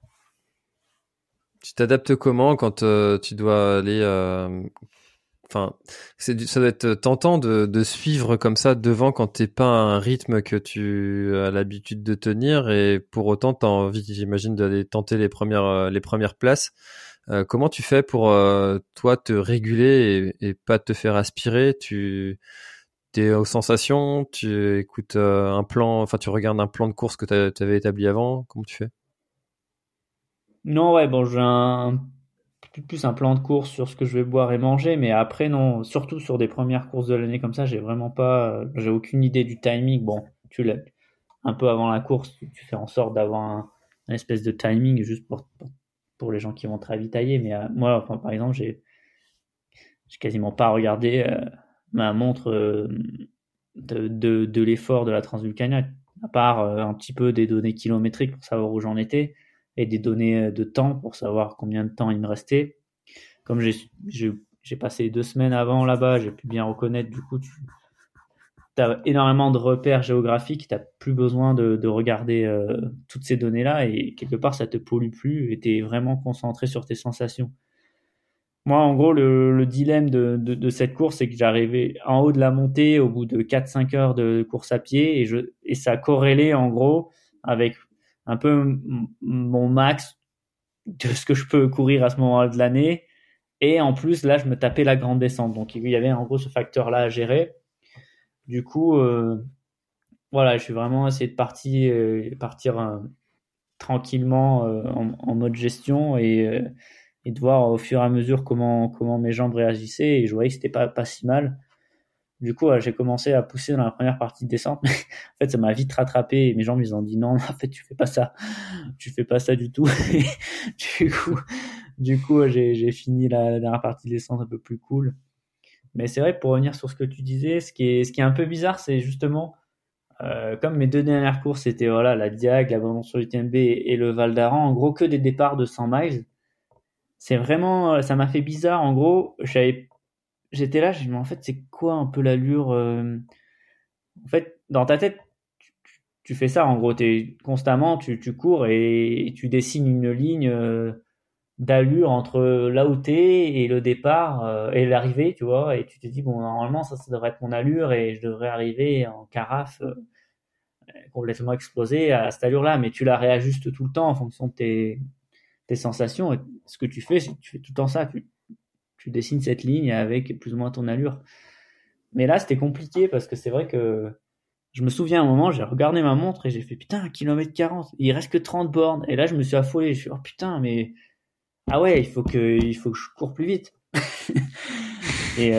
Tu t'adaptes comment quand tu dois aller enfin, ça doit être tentant de suivre comme ça devant quand t'es pas à un rythme que tu as l'habitude de tenir et pour autant t'as envie, j'imagine, d'aller tenter les premières places. Comment tu fais pour toi te réguler et pas te faire aspirer? T'es aux sensations, tu écoutes un plan, enfin tu regardes un plan de course que t'avais établi avant. Comment tu fais? Non, ouais, bon, plus un plan de course sur ce que je vais boire et manger, mais après, non, surtout sur des premières courses de l'année comme ça, j'ai aucune idée du timing. Bon, tu l'as un peu avant la course, tu fais en sorte d'avoir un espèce de timing juste pour les gens qui vont te ravitailler, mais moi, enfin, par exemple, j'ai quasiment pas regardé ma montre de l'effort de la Transvulcania, à part un petit peu des données kilométriques pour savoir où j'en étais et des données de temps pour savoir combien de temps il me restait. Comme j'ai passé 2 semaines avant là-bas, j'ai pu bien reconnaître, du coup, tu as énormément de repères géographiques, tu n'as plus besoin de regarder toutes ces données-là et quelque part, ça te pollue plus et tu es vraiment concentré sur tes sensations. Moi, en gros, le dilemme de cette course, c'est que j'arrivais en haut de la montée au bout de 4-5 heures de course à pied et ça corrélait en gros avec un peu mon max de ce que je peux courir à ce moment-là de l'année. Et en plus, là, je me tapais la grande descente. Donc, il y avait en gros ce facteur-là à gérer. Du coup, voilà, je suis vraiment essayé de partir tranquillement en mode gestion et de voir au fur et à mesure comment mes jambes réagissaient. Et je voyais que c'était pas si mal. Du coup, j'ai commencé à pousser dans la première partie de descente. Mais en fait, ça m'a vite rattrapé. Et mes jambes, ils ont dit non, en fait, tu fais pas ça. Tu fais pas ça du tout. Du coup, j'ai fini la dernière partie de descente un peu plus cool. Mais c'est vrai, pour revenir sur ce que tu disais, ce qui est un peu bizarre, c'est justement, comme mes 2 dernières courses, c'était voilà, la Diag, l'abandon sur l'UTMB et le Val d'Aran, en gros que des départs de 100 miles. C'est vraiment, ça m'a fait bizarre. En gros, j'étais là, je me dis, mais en fait, c'est quoi un peu l'allure En fait, dans ta tête, tu fais ça, en gros, constamment, tu cours et tu dessines une ligne d'allure entre là où t'es et le départ et l'arrivée, tu vois, et tu te dis, bon, normalement, ça devrait être mon allure et je devrais arriver en carafe complètement explosé à cette allure-là, mais tu la réajustes tout le temps en fonction de tes sensations, et ce que tu fais, c'est que tu fais tout le temps ça, tu dessines cette ligne avec plus ou moins ton allure. Mais là, c'était compliqué parce que c'est vrai que je me souviens à un moment, j'ai regardé ma montre et j'ai fait putain, 1,40 km, il reste que 30 bornes. Et là, je me suis affolé. Je suis oh putain, mais ah ouais, il faut que je cours plus vite. et,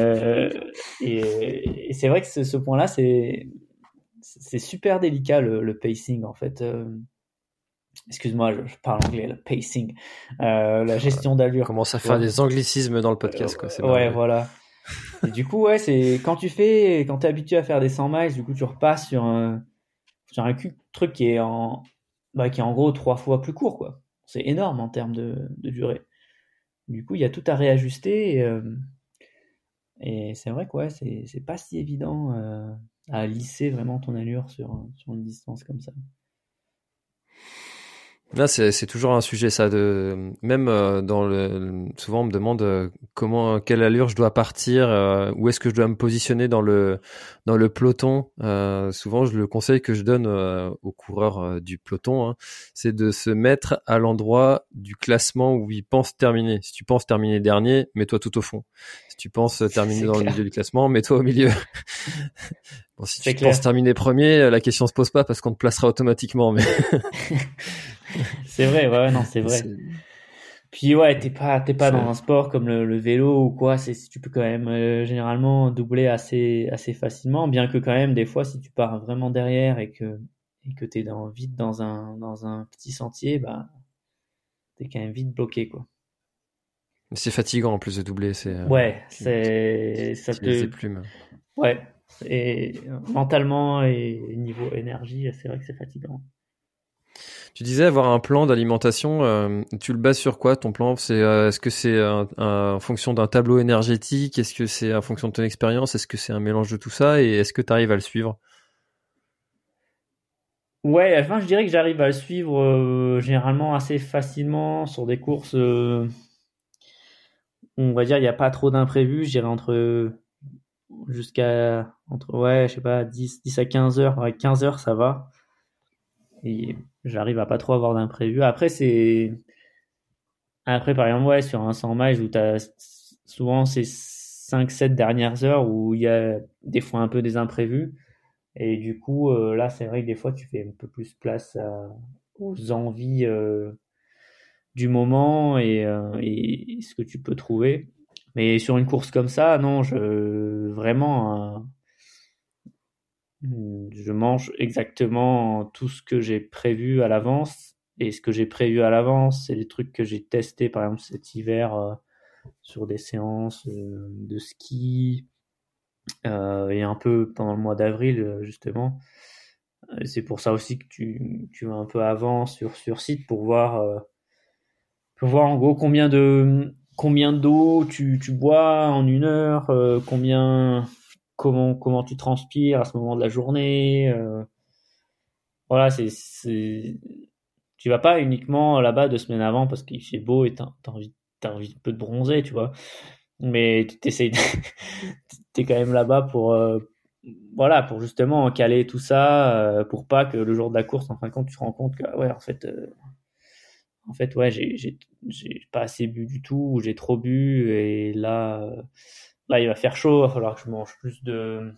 et c'est vrai que ce point-là, c'est super délicat le pacing en fait. Excuse-moi, je parle anglais, le pacing, la gestion d'allure. On commence à faire des anglicismes dans le podcast, quoi. C'est ouais, marrant. voilà. Et du coup, ouais, c'est quand t'es habitué à faire des 100 miles, du coup, tu repasses sur un truc qui est en gros 3 fois plus court, quoi. C'est énorme en termes de durée. Du coup, il y a tout à réajuster et c'est vrai que ouais, c'est pas si évident à lisser vraiment ton allure sur une distance comme ça. Là, c'est toujours un sujet, ça, même souvent on me demande quelle allure je dois partir, où est-ce que je dois me positionner dans le peloton. Souvent, le conseil que je donne aux coureurs du peloton, hein, c'est de se mettre à l'endroit du classement où ils pensent terminer. Si tu penses terminer dernier, mets-toi tout au fond. Si tu penses terminer dans le milieu du classement, mets-toi au milieu. Bon, si tu penses terminer premier, la question se pose pas parce qu'on te placera automatiquement, mais c'est vrai, ouais, non, c'est vrai. Puis ouais, t'es pas dans un sport comme le vélo ou quoi, tu peux quand même généralement doubler assez facilement, bien que quand même des fois si tu pars vraiment derrière et que t'es vite dans un petit sentier, bah t'es quand même vite bloqué, quoi. Mais c'est fatigant en plus de doubler, ouais, c'est plumes. Ouais, et mentalement et niveau énergie, c'est vrai que c'est fatigant. Tu disais avoir un plan d'alimentation, tu le bases sur quoi ton plan? Est-ce que c'est en fonction d'un tableau énergétique? Est-ce que c'est en fonction de ton expérience? Est-ce que c'est un mélange de tout ça? Et est-ce que tu arrives à le suivre? Ouais, enfin, je dirais que j'arrive à le suivre généralement assez facilement sur des courses. On va dire, il n'y a pas trop d'imprévus. Je dirais entre, ouais, je sais pas, 10 à 15 heures. Ouais, 15 heures, ça va. Et j'arrive à pas trop avoir d'imprévus. Après, par exemple, ouais, sur un 100 miles où souvent ces 5-7 dernières heures où il y a des fois un peu des imprévus. Et du coup, là, c'est vrai que des fois, tu fais un peu plus place aux envies du moment et ce que tu peux trouver. Mais sur une course comme ça, non, vraiment, je mange exactement tout ce que j'ai prévu à l'avance. Et ce que j'ai prévu à l'avance, c'est des trucs que j'ai testés, par exemple, cet hiver sur des séances de ski et un peu pendant le mois d'avril, justement. C'est pour ça aussi que tu vas un peu avant sur site pour voir en gros combien d'eau tu bois en une heure, comment tu transpires à ce moment de la journée. Voilà, tu vas pas uniquement là-bas 2 semaines avant parce qu'il fait beau et t'as envie un peu de bronzer, tu vois. Mais t'es quand même là-bas pour voilà, pour justement caler tout ça, pour pas que le jour de la course, en fin de compte, tu te rends compte que ouais, en fait, ouais, j'ai pas assez bu du tout, ou j'ai trop bu, et là, il va faire chaud, il va falloir que je mange plus de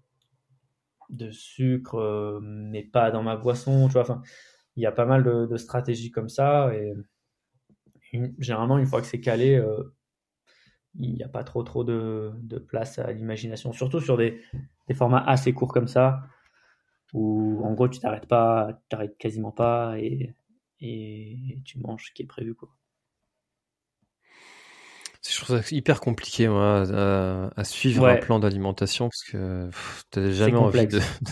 sucre, mais pas dans ma boisson, tu vois. Enfin, il y a pas mal de stratégies comme ça, et généralement, une fois que c'est calé, il n'y a pas trop de place à l'imagination, surtout sur des formats assez courts comme ça, où en gros, tu t'arrêtes quasiment pas, et tu manges ce qui est prévu, quoi. Je trouve ça hyper compliqué, moi, à suivre un plan d'alimentation parce que t'as jamais envie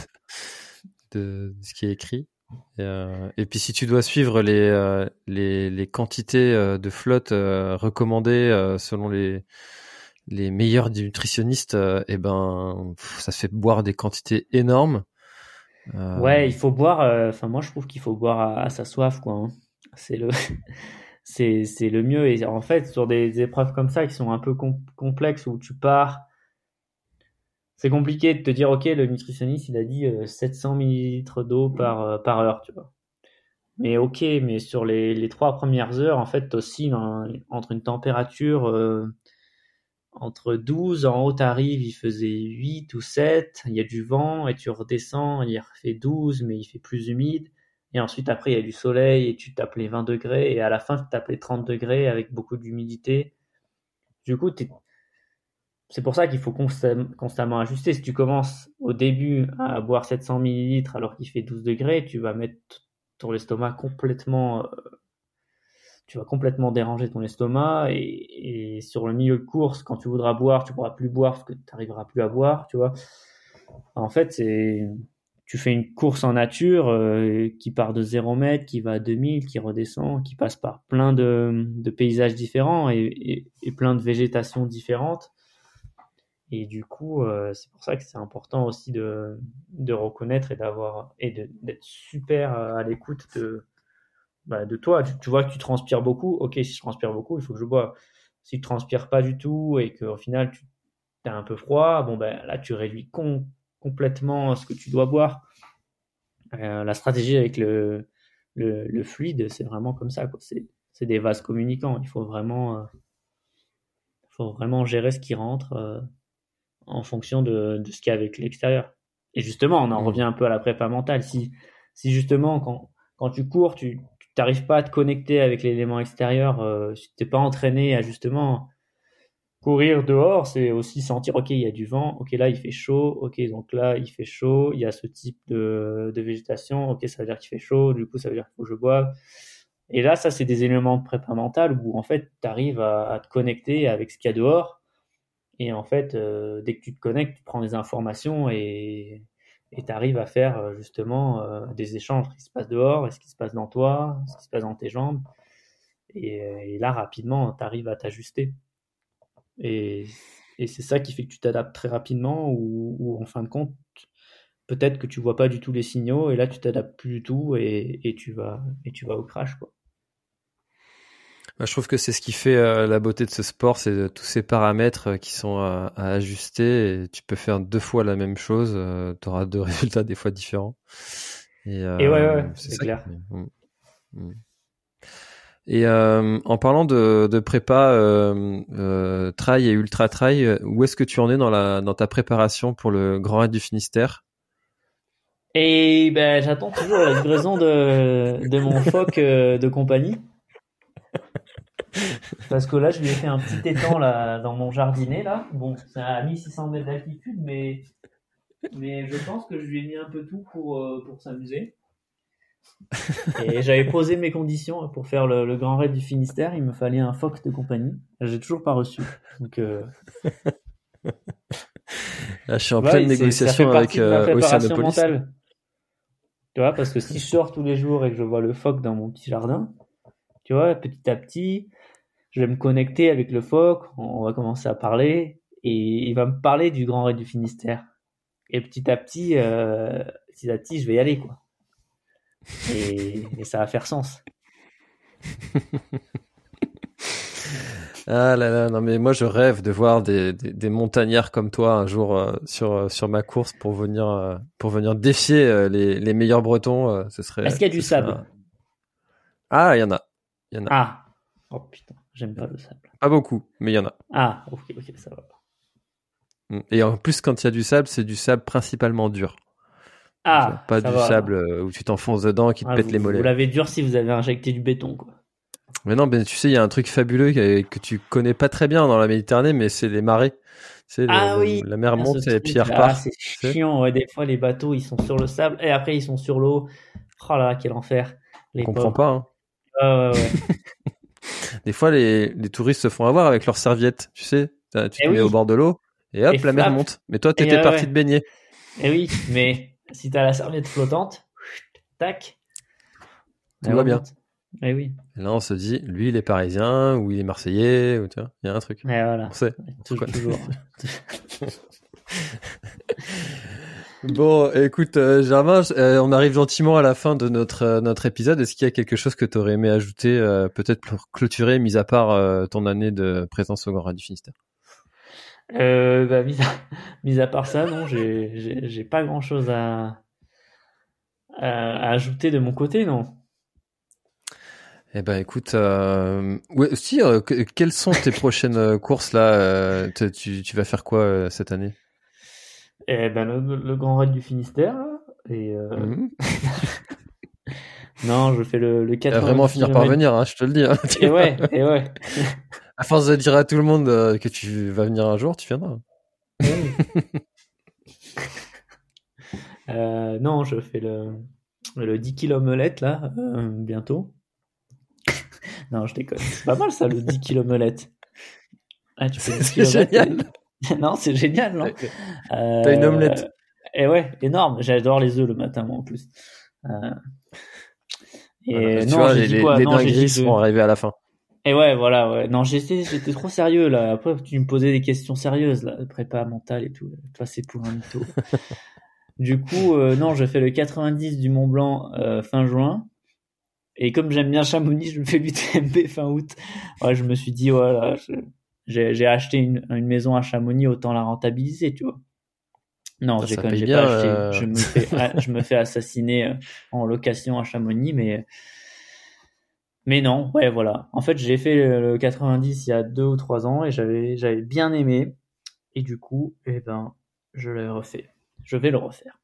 de ce qui est écrit. Et puis si tu dois suivre les quantités de flotte recommandées selon les meilleurs nutritionnistes, ça se fait boire des quantités énormes. Ouais, il faut boire. Enfin, moi, je trouve qu'il faut boire à sa soif, quoi. Hein. C'est le, c'est le mieux. Et en fait, sur des épreuves comme ça qui sont un peu complexes où tu pars, c'est compliqué de te dire, ok, le nutritionniste, il a dit 700 millilitres d'eau par heure, tu vois. Mais ok, mais sur les 3 premières heures, en fait, t'oscilles entre une température entre 12, en haut t'arrives, il faisait 8 ou 7, il y a du vent, et tu redescends, il refait 12, mais il fait plus humide. Et ensuite, après, il y a du soleil, et tu tapes les 20 degrés, et à la fin, tu tapes les 30 degrés avec beaucoup d'humidité. Du coup, c'est pour ça qu'il faut constamment ajuster. Si tu commences au début à boire 700 millilitres alors qu'il fait 12 degrés, tu vas mettre ton estomac complètement, tu vas complètement déranger ton estomac et sur le milieu de course, quand tu voudras boire, tu pourras plus boire parce que tu n'arriveras plus à boire, tu vois. En fait, tu fais une course en nature qui part de 0 mètre, qui va à 2000, qui redescend, qui passe par plein de paysages différents et plein de végétations différentes. Et du coup, c'est pour ça que c'est important aussi de reconnaître et d'être super à l'écoute de toi. Tu vois que tu transpires beaucoup. Ok, si je transpire beaucoup, il faut que je bois. Si tu transpires pas du tout et qu'au final tu as un peu froid, bon ben là tu réduis complètement ce que tu dois boire. La stratégie avec le fluide, c'est vraiment comme ça, quoi. C'est des vases communicants. Il faut vraiment gérer ce qui rentre en fonction de ce qu'il y a avec l'extérieur. Et justement, on en revient un peu à la prépa mentale. Si justement, quand tu cours, tu n'arrives pas à te connecter avec l'élément extérieur, si tu n'es pas entraîné à justement courir dehors, c'est aussi sentir, ok, il y a du vent, ok, là, il fait chaud, ok, donc là, il fait chaud, il y a ce type de végétation, ok, ça veut dire qu'il fait chaud, du coup, ça veut dire qu'il faut que je boive. Et là, ça, c'est des éléments de prépa mentale où, en fait, tu arrives à te connecter avec ce qu'il y a dehors. Et en fait, dès que tu te connectes, tu prends des informations et tu arrives à faire justement des échanges, ce qui se passe dehors et ce qui se passe dans toi, ce qui se passe dans tes jambes. Et là, rapidement, tu arrives à t'ajuster. Et c'est ça qui fait que tu t'adaptes très rapidement ou en fin de compte, peut-être que tu vois pas du tout les signaux et là, tu t'adaptes plus du tout et tu vas au crash, quoi. Je trouve que c'est ce qui fait la beauté de ce sport, c'est tous ces paramètres qui sont à ajuster et tu peux faire 2 fois la même chose, tu auras 2 résultats des fois différents. Et ouais, c'est clair. Et en parlant de prépa trail et ultra trail, où est-ce que tu en es dans ta préparation pour le Grand Raid du Finistère? Et ben j'attends toujours la livraison de mon phoque de compagnie. Parce que là, je lui ai fait un petit étang là, dans mon jardinet. Là. Bon, c'est à 1600 mètres d'altitude, mais je pense que je lui ai mis un peu tout pour s'amuser. Et j'avais posé mes conditions pour faire le Grand Raid du Finistère. Il me fallait un phoque de compagnie. J'ai toujours pas reçu. Donc, là, je suis en pleine négociation avec Oceanopolis. Tu vois, parce que si je sors tous les jours et que je vois le phoque dans mon petit jardin, tu vois, petit à petit, je vais me connecter avec le phoque, on va commencer à parler, et il va me parler du Grand Raid du Finistère. Et petit à petit, je vais y aller, quoi. Et ça va faire sens. Ah là là, non mais moi je rêve de voir des montagnards comme toi un jour sur ma course pour venir défier les meilleurs Bretons. Ce serait. Est-ce qu'il y a du sable? Ah, il y en a. Ah, oh putain, j'aime pas le sable. Pas beaucoup, mais il y en a. Ah, ok, ça va. Et en plus, quand il y a du sable, c'est du sable principalement dur. Ah, pas du sable où tu t'enfonces dedans et qui te pète les mollets. Vous l'avez dur si vous avez injecté du béton, quoi. Mais non, ben tu sais, il y a un truc fabuleux que tu connais pas très bien dans la Méditerranée, mais c'est les marées. C'est la mer monte et puis elle repart. C'est chiant, ouais, des fois les bateaux ils sont sur le sable et après ils sont sur l'eau. Oh là, quel enfer. On comprend pas, hein. Ouais. Des fois les touristes se font avoir avec leurs serviettes, tu sais. Tu te mets au bord de l'eau et hop, la mer monte. Mais toi, t'étais parti te baigner. Eh oui, mais si t'as la serviette flottante, tac. Tout va bien. Eh oui. Et là, on se dit, lui, il est parisien, ou il est marseillais, ou tu vois, il y a un truc. Mais voilà. On sait. Toujours. Bon, écoute, Germain, on arrive gentiment à la fin de notre épisode. Est-ce qu'il y a quelque chose que tu aurais aimé ajouter, peut-être pour clôturer, mis à part ton année de présence au Grand Raid du Finistère? Mis à part ça, non, j'ai pas grand-chose à ajouter de mon côté, non. Eh ben, écoute, ouais, si, quelles sont tes prochaines courses là? Tu vas faire quoi cette année? Eh ben, le Grand Raid du Finistère, là, et non, je fais le 80 va vraiment finir par venir, hein, je te le dis. Hein. Et ouais. À force de dire à tout le monde que tu vas venir un jour, tu viendras. Non, je fais le 10 km là, bientôt. Non, je déconne. C'est pas mal ça, le 10 km. Ah, tu fais 10 C'est génial. Non, c'est génial, non? T'as une omelette. Et ouais, énorme. J'adore les œufs le matin, moi, en plus. Et voilà, non, vois, j'ai dit quoi? Les Non, j'ai dingueries dit sont arrivées à la fin. Et ouais, voilà, ouais. Non, j'étais trop sérieux, là. Après, tu me posais des questions sérieuses, là. Prépa mentale et tout. Toi, c'est pour un mytho. Du coup, non, je fais le 90 du Mont Blanc fin juin. Et comme j'aime bien Chamonix, je me fais l'UTMB fin août. Ouais, je me suis dit, voilà, j'ai acheté une maison à Chamonix, autant la rentabiliser, tu vois. Non, j'ai pas acheté. Je me fais assassiner en location à Chamonix, mais non, ouais, voilà. En fait, j'ai fait le 90 il y a 2 ou 3 ans et j'avais bien aimé. Et du coup, eh ben, je l'ai refait. Je vais le refaire.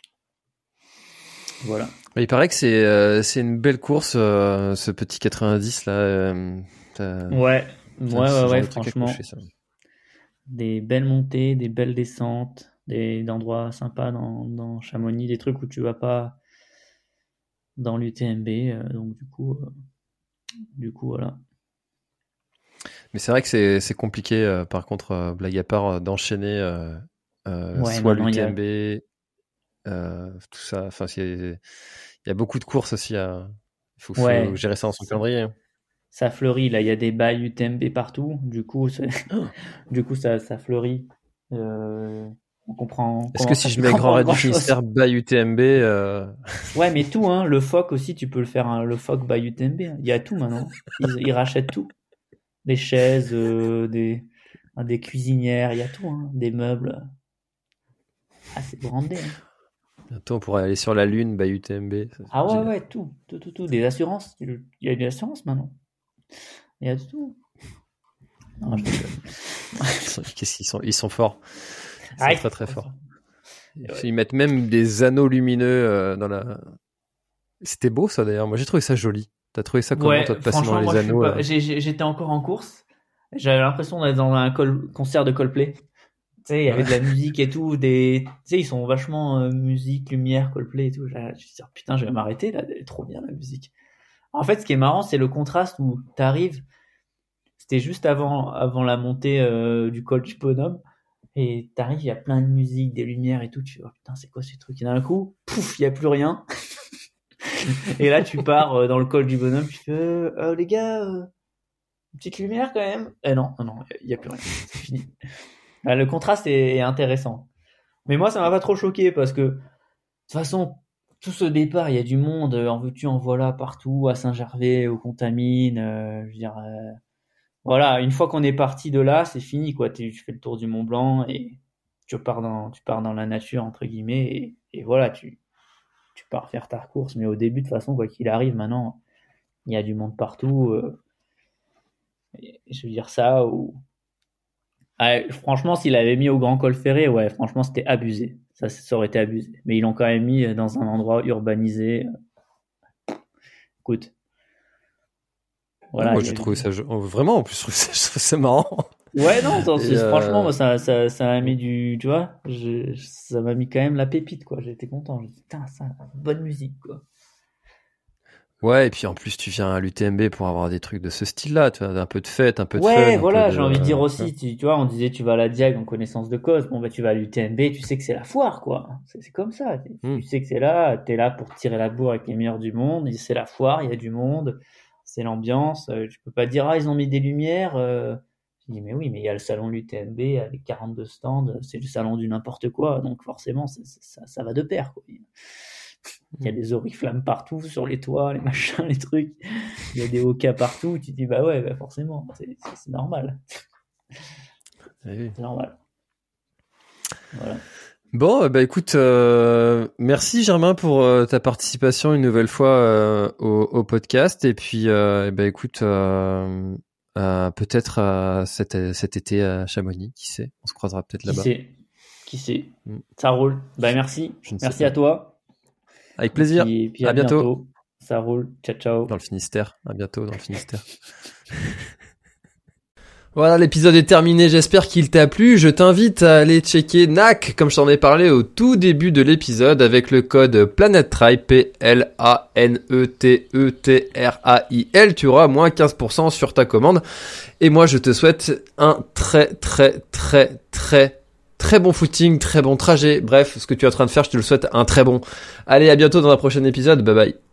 Voilà. Il paraît que c'est une belle course, ce petit 90 là. Ouais, franchement. Coucher, des belles montées, des belles descentes, des endroits sympas dans Chamonix, des trucs où tu vas pas dans l'UTMB. Donc du coup voilà. Mais c'est vrai que c'est compliqué, par contre, blague à part, d'enchaîner soit l'UTMB, tout ça. Enfin, il y a beaucoup de courses aussi. Il faut gérer ça dans son calendrier. Ça fleurit là, il y a des bails UTMB partout. Du coup, ça fleurit. On comprend. Est-ce que si je mets Grand Raid du Finistère by UTMB, Ouais, mais tout, hein. Le PHOC aussi, tu peux le faire. Hein, le PHOC by UTMB. Il y a tout maintenant. Ils rachètent tout. Des chaises, des cuisinières, il y a tout, hein. Des meubles. Ah, c'est brandé. Hein. Bientôt, on pourrait aller sur la Lune by UTMB. Ah ouais, ouais, tout. Des assurances. Il y a des assurances maintenant. Il y a tout. Non, je ils sont forts. Ils sont très très forts. Ouais. Ils mettent même des anneaux lumineux dans la. C'était beau ça d'ailleurs. Moi j'ai trouvé ça joli. T'as trouvé ça comment toi de passer dans les anneaux J'étais encore en course. J'avais l'impression d'être dans un concert de Coldplay. Tu sais, il y avait de la musique et tout. Tu sais, ils sont vachement musique, lumière, Coldplay et tout. Je me suis dit, putain, je vais m'arrêter là. Elle est trop bien la musique. En fait, ce qui est marrant, c'est le contraste où t'arrives. C'était juste avant la montée du col du Bonhomme. Et t'arrives, il y a plein de musique, des lumières et tout. Tu fais, oh putain, c'est quoi ces trucs? Et d'un coup, pouf, il n'y a plus rien. Et là, tu pars dans le col du Bonhomme. Tu fais, les gars, une petite lumière quand même. Non, il n'y a plus rien. C'est fini. Le contraste est intéressant. Mais moi, ça m'a pas trop choqué parce que, de toute façon, tout ce départ, il y a du monde, en veux-tu, en voilà, partout, à Saint-Gervais, aux Contamines, je veux dire, voilà, une fois qu'on est parti de là, c'est fini, quoi. Tu fais le tour du Mont Blanc et tu pars dans la nature, entre guillemets, et voilà, tu pars faire ta course. Mais au début, de toute façon, quoi qu'il arrive, maintenant, il y a du monde partout, je veux dire ça, ou... franchement, s'il avait mis au Grand Col Ferré, ouais, franchement, c'était abusé. Ça aurait été abusé. Mais ils l'ont quand même mis dans un endroit urbanisé. Écoute. Voilà, moi, j'ai trouvé ça vraiment, en plus, je trouve ça marrant. Ouais, non, franchement, moi, ça m'a mis du, tu vois, ça m'a mis quand même la pépite, quoi. J'étais content. J'ai dit, putain, ça, bonne musique, quoi. Ouais, et puis en plus, tu viens à l'UTMB pour avoir des trucs de ce style-là, tu vois, un peu de fête, un peu de fun. Ouais, voilà, j'ai envie de dire aussi, tu vois, on disait tu vas à la Diag en connaissance de cause, bon bah tu vas à l'UTMB, tu sais que c'est la foire, quoi. C'est comme ça, tu sais que c'est là, t'es là pour tirer la bourre avec les meilleurs du monde, c'est la foire, il y a du monde, c'est l'ambiance, je peux pas dire, ils ont mis des lumières, je dis, mais oui, mais il y a le salon de l'UTMB avec 42 stands, c'est le salon du n'importe quoi, donc forcément, ça va de pair, quoi. Il y a des oriflammes partout, sur les toits, les machins, les trucs. Il y a des hokas partout. Tu te dis, bah ouais, bah forcément, c'est normal. Oui. C'est normal. Voilà. Bon, bah écoute, merci Germain pour ta participation une nouvelle fois au podcast. Et puis, bah écoute, peut-être cet été à Chamonix, qui sait, on se croisera peut-être là-bas. Qui sait. Ça roule. Bah merci. Merci à toi. Avec plaisir. Et puis à bientôt. Ça roule. Ciao, ciao. Dans le Finistère. À bientôt dans le Finistère. Voilà, l'épisode est terminé. J'espère qu'il t'a plu. Je t'invite à aller checker NAC, comme je t'en ai parlé au tout début de l'épisode, avec le code PlanetTrail, PLANETETRAIL. Tu auras moins 15% sur ta commande. Et moi, je te souhaite un très bon footing, très bon trajet. Bref, ce que tu es en train de faire, je te le souhaite un très bon. Allez, à bientôt dans un prochain épisode. Bye bye.